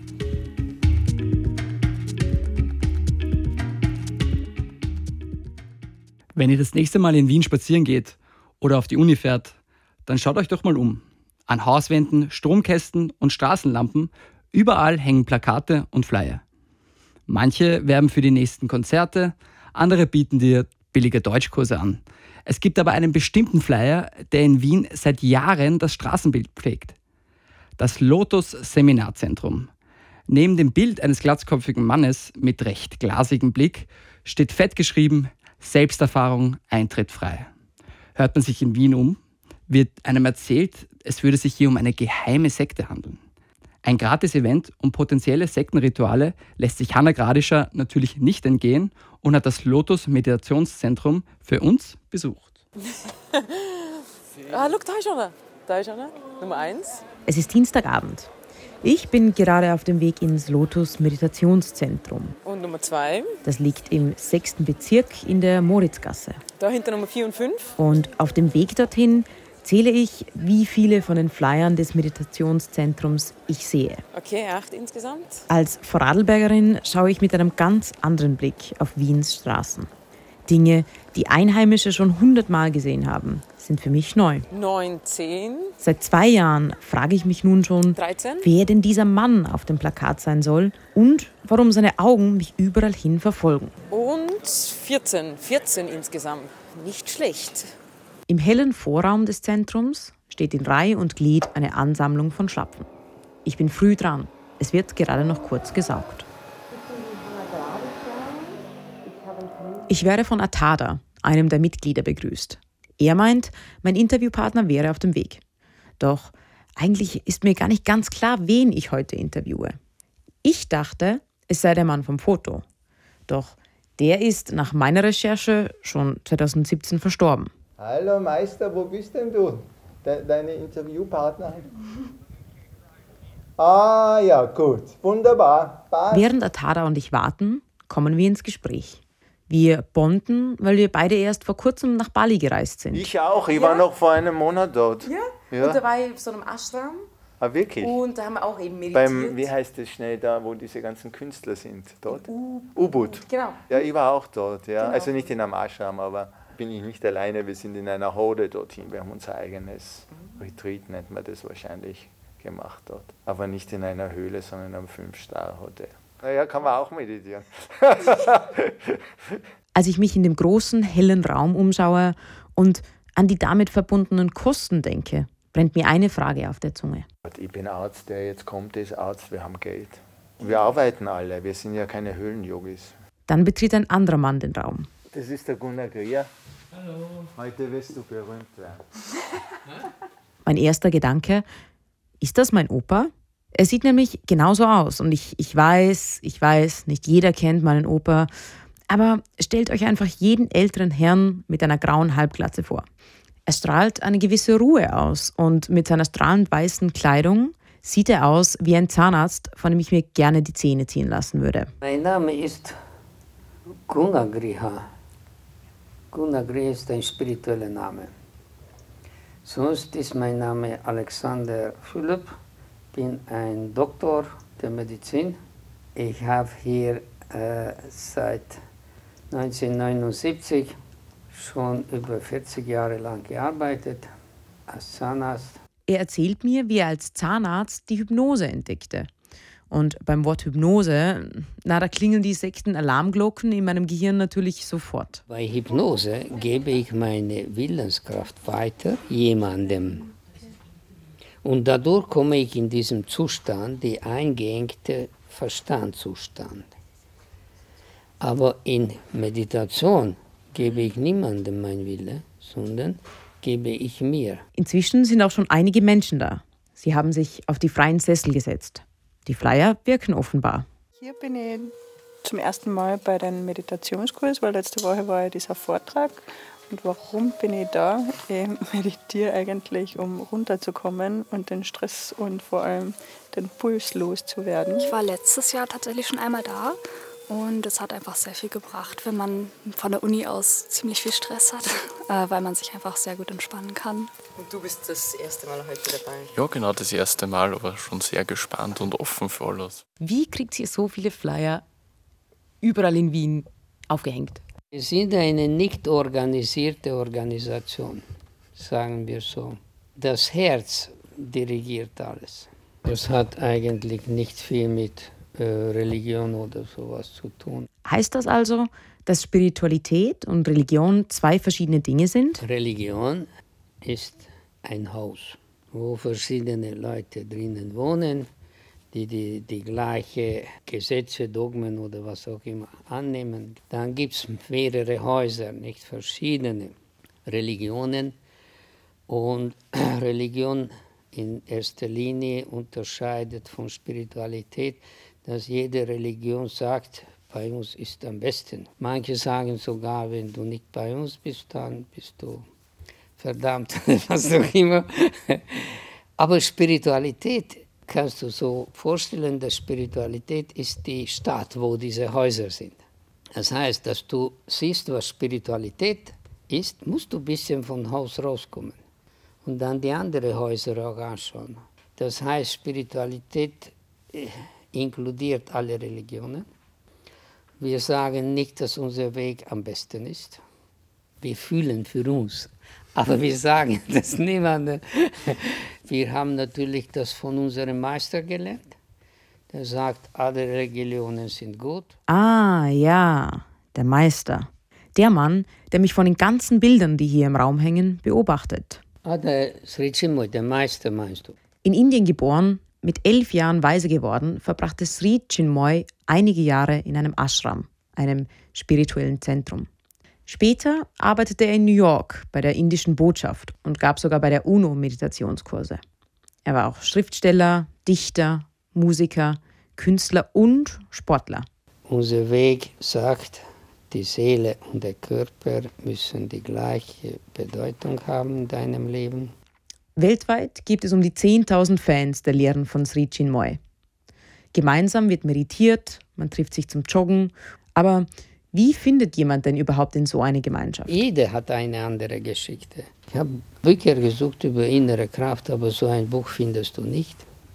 S4: Wenn ihr das nächste Mal in Wien spazieren geht oder auf die Uni fährt, dann schaut euch doch mal um. An Hauswänden, Stromkästen und Straßenlampen, überall hängen Plakate und Flyer. Manche werben für die nächsten Konzerte, andere bieten dir billige Deutschkurse an. Es gibt aber einen bestimmten Flyer, der in Wien seit Jahren das Straßenbild prägt. Das Lotus Seminarzentrum. Neben dem Bild eines glatzkopfigen Mannes mit recht glasigem Blick steht fett geschrieben: Selbsterfahrung, Eintritt frei. Hört man sich in Wien um, wird einem erzählt, es würde sich hier um eine geheime Sekte handeln. Ein Gratis-Event und potenzielle Sektenrituale lässt sich Hanna Gradischer natürlich nicht entgehen und hat das Lotus Meditationszentrum für uns besucht.
S21: Look, da ist einer. Da ist einer. Nummer 1.
S22: Es ist Dienstagabend. Ich bin gerade auf dem Weg ins Lotus Meditationszentrum.
S21: Und Nummer 2.
S22: Das liegt im 6. Bezirk in der Moritzgasse.
S21: Dahinter Nummer 4 und 5.
S22: Und auf dem Weg dorthin zähle ich, wie viele von den Flyern des Meditationszentrums ich sehe.
S21: Okay, 8 insgesamt.
S22: Als Vorarlbergerin schaue ich mit einem ganz anderen Blick auf Wiens Straßen. Dinge, die Einheimische schon 100-mal gesehen haben, sind für mich neu.
S21: 9, 10.
S22: Seit 2 Jahren frage ich mich nun schon,
S21: 13.
S22: Wer denn dieser Mann auf dem Plakat sein soll und warum seine Augen mich überall hin verfolgen.
S21: Und 14. 14 insgesamt. Nicht schlecht.
S22: Im hellen Vorraum des Zentrums steht in Reihe und Glied eine Ansammlung von Schlapfen. Ich bin früh dran. Es wird gerade noch kurz gesaugt. Ich werde von Atada, einem der Mitglieder, begrüßt. Er meint, mein Interviewpartner wäre auf dem Weg. Doch eigentlich ist mir gar nicht ganz klar, wen ich heute interviewe. Ich dachte, es sei der Mann vom Foto. Doch der ist nach meiner Recherche schon 2017 verstorben.
S23: Hallo Meister, wo bist denn du? Deine Interviewpartnerin? Ah ja, gut, wunderbar. Passt.
S22: Während Atada und ich warten, kommen wir ins Gespräch. Wir bonden, weil wir beide erst vor kurzem nach Bali gereist sind.
S23: Ich auch, ich war noch vor einem Monat dort.
S21: Ja? Und da war ich auf so einem Ashram.
S23: Ah, wirklich?
S21: Und da haben wir auch eben meditiert.
S23: Wie heißt das schnell da, wo diese ganzen Künstler sind? Dort? Ubud.
S21: Genau.
S23: Ja, ich war auch dort. Ja.
S21: Genau.
S23: Also nicht in einem Ashram, aber bin ich nicht alleine. Wir sind in einer Horde dorthin. Wir haben unser eigenes Retreat, nennt man das wahrscheinlich, gemacht dort. Aber nicht in einer Höhle, sondern in einem 5-Star-Hotel. Naja, kann man auch meditieren.
S22: Als ich mich in dem großen, hellen Raum umschaue und an die damit verbundenen Kosten denke, brennt mir eine Frage auf der Zunge.
S23: Ich bin Arzt, der jetzt kommt, ist Arzt, wir haben Geld. Und wir arbeiten alle, wir sind ja keine Höhlen-Yogis.
S22: Dann betritt ein anderer Mann den Raum.
S23: Das ist der Gunnar Grier. Hallo. Heute wirst du berühmt werden.
S22: Mein erster Gedanke, ist das mein Opa? Er sieht nämlich genauso aus und ich weiß, nicht jeder kennt meinen Opa, aber stellt euch einfach jeden älteren Herrn mit einer grauen Halbglatze vor. Er strahlt eine gewisse Ruhe aus und mit seiner strahlend weißen Kleidung sieht er aus wie ein Zahnarzt, von dem ich mir gerne die Zähne ziehen lassen würde.
S24: Mein Name ist Gunnar Griha. Gunnar Griha ist ein spiritueller Name. Sonst ist mein Name Alexander Philipp. Ich bin ein Doktor der Medizin. Ich habe hier seit 1979 schon über 40 Jahre lang gearbeitet als Zahnarzt.
S22: Er erzählt mir, wie er als Zahnarzt die Hypnose entdeckte. Und beim Wort Hypnose, da klingeln die 6. Alarmglocken in meinem Gehirn natürlich sofort.
S24: Bei Hypnose gebe ich meine Willenskraft weiter jemandem. Und dadurch komme ich in diesem Zustand, die eingeengte Verstandzustand. Aber in Meditation gebe ich niemandem mein Wille, sondern gebe ich mir.
S22: Inzwischen sind auch schon einige Menschen da. Sie haben sich auf die freien Sessel gesetzt. Die Flyer wirken offenbar.
S25: Hier bin ich zum ersten Mal bei dem Meditationskurs, weil letzte Woche war ja dieser Vortrag. Und warum bin ich da? Ich meditiere eigentlich, um runterzukommen und den Stress und vor allem den Puls loszuwerden.
S26: Ich war letztes Jahr tatsächlich schon einmal da und es hat einfach sehr viel gebracht, wenn man von der Uni aus ziemlich viel Stress hat, weil man sich einfach sehr gut entspannen kann.
S21: Und du bist das erste Mal heute dabei?
S13: Ja, genau das erste Mal, aber schon sehr gespannt und offen für alles.
S22: Wie kriegt ihr so viele Flyer überall in Wien aufgehängt?
S24: Wir sind eine nicht organisierte Organisation, sagen wir so. Das Herz dirigiert alles. Das hat eigentlich nicht viel mit Religion oder sowas zu tun.
S22: Heißt das also, dass Spiritualität und Religion 2 verschiedene Dinge sind?
S24: Religion ist ein Haus, wo verschiedene Leute drinnen wohnen, die gleichen Gesetze, Dogmen oder was auch immer annehmen. Dann gibt es mehrere Häuser, nicht verschiedene Religionen. Und Religion in erster Linie unterscheidet von Spiritualität, dass jede Religion sagt, bei uns ist am besten. Manche sagen sogar, wenn du nicht bei uns bist, dann bist du verdammt, was auch immer. Aber Spiritualität kannst du so vorstellen, dass Spiritualität ist die Stadt, wo diese Häuser sind. Das heißt, dass du siehst, was Spiritualität ist, musst du ein bisschen vom Haus rauskommen und dann die anderen Häuser auch anschauen. Das heißt, Spiritualität inkludiert alle Religionen. Wir sagen nicht, dass unser Weg am besten ist. Wir fühlen für uns, aber wir sagen das niemandem. Wir haben natürlich das von unserem Meister gelernt. Der sagt, alle Religionen sind gut.
S22: Ah, ja, der Meister. Der Mann, der mich von den ganzen Bildern, die hier im Raum hängen, beobachtet.
S24: Der Sri Chinmoy, der Meister meinst du?
S22: In Indien geboren, mit 11 Jahren weise geworden, verbrachte Sri Chinmoy einige Jahre in einem Ashram, einem spirituellen Zentrum. Später arbeitete er in New York bei der indischen Botschaft und gab sogar bei der UNO Meditationskurse. Er war auch Schriftsteller, Dichter, Musiker, Künstler und Sportler.
S24: Unser Weg sagt, die Seele und der Körper müssen die gleiche Bedeutung haben in deinem Leben.
S22: Weltweit gibt es um die 10.000 Fans der Lehren von Sri Chinmoy. Gemeinsam wird meditiert, man trifft sich zum Joggen. Aber wie findet jemand denn überhaupt in so eine Gemeinschaft?
S24: Jeder hat eine andere Geschichte. Ich habe Bücher gesucht über innere Kraft, aber so ein Buch findest du nicht.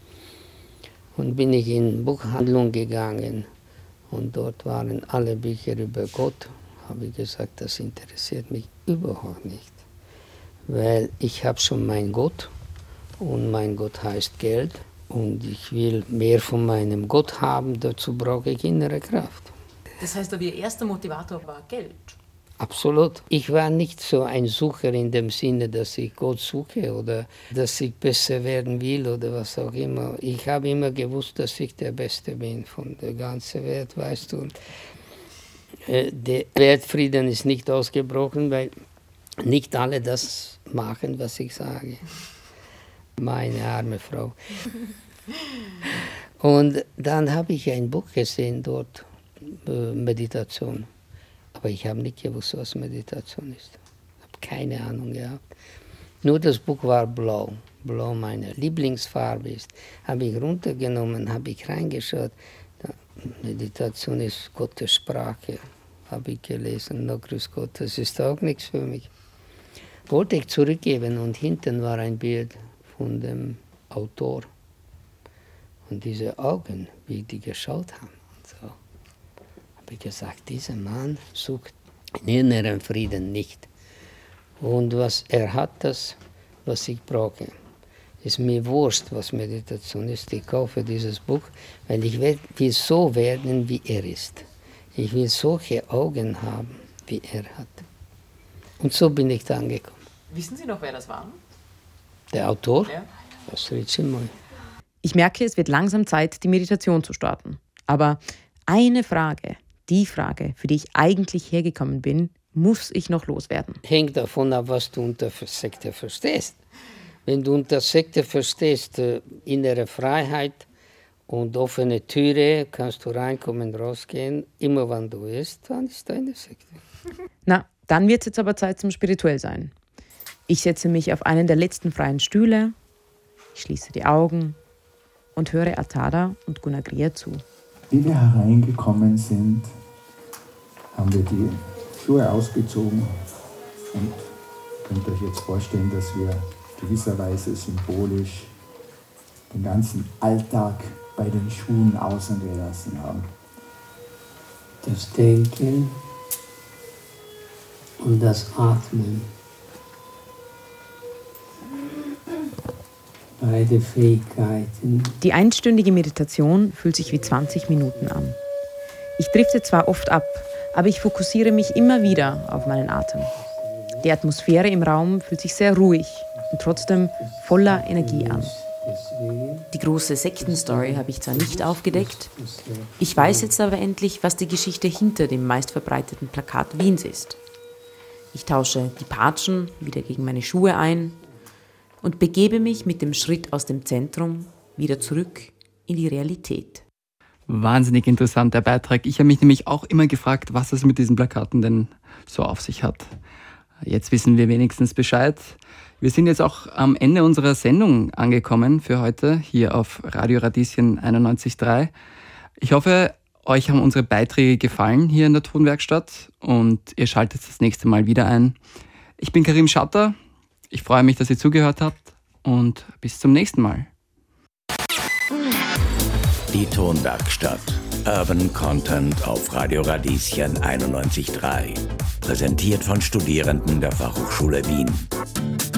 S24: Und bin ich in Buchhandlung gegangen und dort waren alle Bücher über Gott. Habe ich gesagt, das interessiert mich überhaupt nicht. Weil ich habe schon meinen Gott und mein Gott heißt Geld und ich will mehr von meinem Gott haben, dazu brauche ich innere Kraft.
S22: Das heißt, Ihr erster Motivator war Geld?
S24: Absolut. Ich war nicht so ein Sucher in dem Sinne, dass ich Gott suche oder dass ich besser werden will oder was auch immer. Ich habe immer gewusst, dass ich der Beste bin von der ganzen Welt, weißt du. Der Weltfrieden ist nicht ausgebrochen, weil nicht alle das machen, was ich sage. Meine arme Frau. Und dann habe ich ein Buch gesehen dort, Meditation. Aber ich habe nicht gewusst, was Meditation ist. Ich habe keine Ahnung gehabt. Nur das Buch war blau. Blau meine Lieblingsfarbe ist. Habe ich runtergenommen, habe ich reingeschaut. Meditation ist Gottes Sprache. Habe ich gelesen. No, grüß Gott, das ist auch nichts für mich. Wollte ich zurückgeben und hinten war ein Bild von dem Autor. Und diese Augen, wie die geschaut haben. Und so. Habe ich gesagt, dieser Mann sucht inneren Frieden nicht. Und was er hat, das, was ich brauche. Ist mir wurscht, was Meditation ist. Ich kaufe dieses Buch, weil ich will so werden, wie er ist. Ich will solche Augen haben, wie er hat. Und so bin ich da angekommen.
S22: Wissen Sie noch, wer das war?
S24: Der Autor?
S22: Ja.
S24: Sri Chinmoy.
S22: Ich merke, es wird langsam Zeit, die Meditation zu starten. Aber eine Frage, die Frage, für die ich eigentlich hergekommen bin, muss ich noch loswerden.
S24: Hängt davon ab, was du unter Sekte verstehst. Wenn du unter Sekte verstehst, innere Freiheit und offene Türe, kannst du reinkommen, rausgehen, immer wann du willst, dann ist deine Sekte.
S22: Na, dann wird es jetzt aber Zeit zum Spirituellsein. Ich setze mich auf einen der letzten freien Stühle, ich schließe die Augen und höre Atada und Gunagriya zu.
S5: Wie wir hereingekommen sind, haben wir die Schuhe ausgezogen und könnt euch jetzt vorstellen, dass wir gewisserweise symbolisch den ganzen Alltag bei den Schuhen außen gelassen haben.
S24: Das Denken und das Atmen. Beide Fähigkeiten.
S22: Die einstündige Meditation fühlt sich wie 20 Minuten an. Ich drifte zwar oft ab, aber ich fokussiere mich immer wieder auf meinen Atem. Die Atmosphäre im Raum fühlt sich sehr ruhig und trotzdem voller Energie an. Die große Sektenstory habe ich zwar nicht aufgedeckt, ich weiß jetzt aber endlich, was die Geschichte hinter dem meistverbreiteten Plakat Wiens ist. Ich tausche die Patschen wieder gegen meine Schuhe ein. und begebe mich mit dem Schritt aus dem Zentrum wieder zurück in die Realität.
S4: Wahnsinnig interessanter Beitrag. Ich habe mich nämlich auch immer gefragt, was es mit diesen Plakaten denn so auf sich hat. Jetzt wissen wir wenigstens Bescheid. Wir sind jetzt auch am Ende unserer Sendung angekommen für heute hier auf Radio Radieschen 91.3. Ich hoffe, euch haben unsere Beiträge gefallen hier in der Tonwerkstatt und ihr schaltet das nächste Mal wieder ein. Ich bin Karim Schatter. Ich freue mich, dass ihr zugehört habt und bis zum nächsten Mal.
S1: Die Tonwerkstatt. Urban Content auf Radio Radieschen 91.3. Präsentiert von Studierenden der Fachhochschule Wien.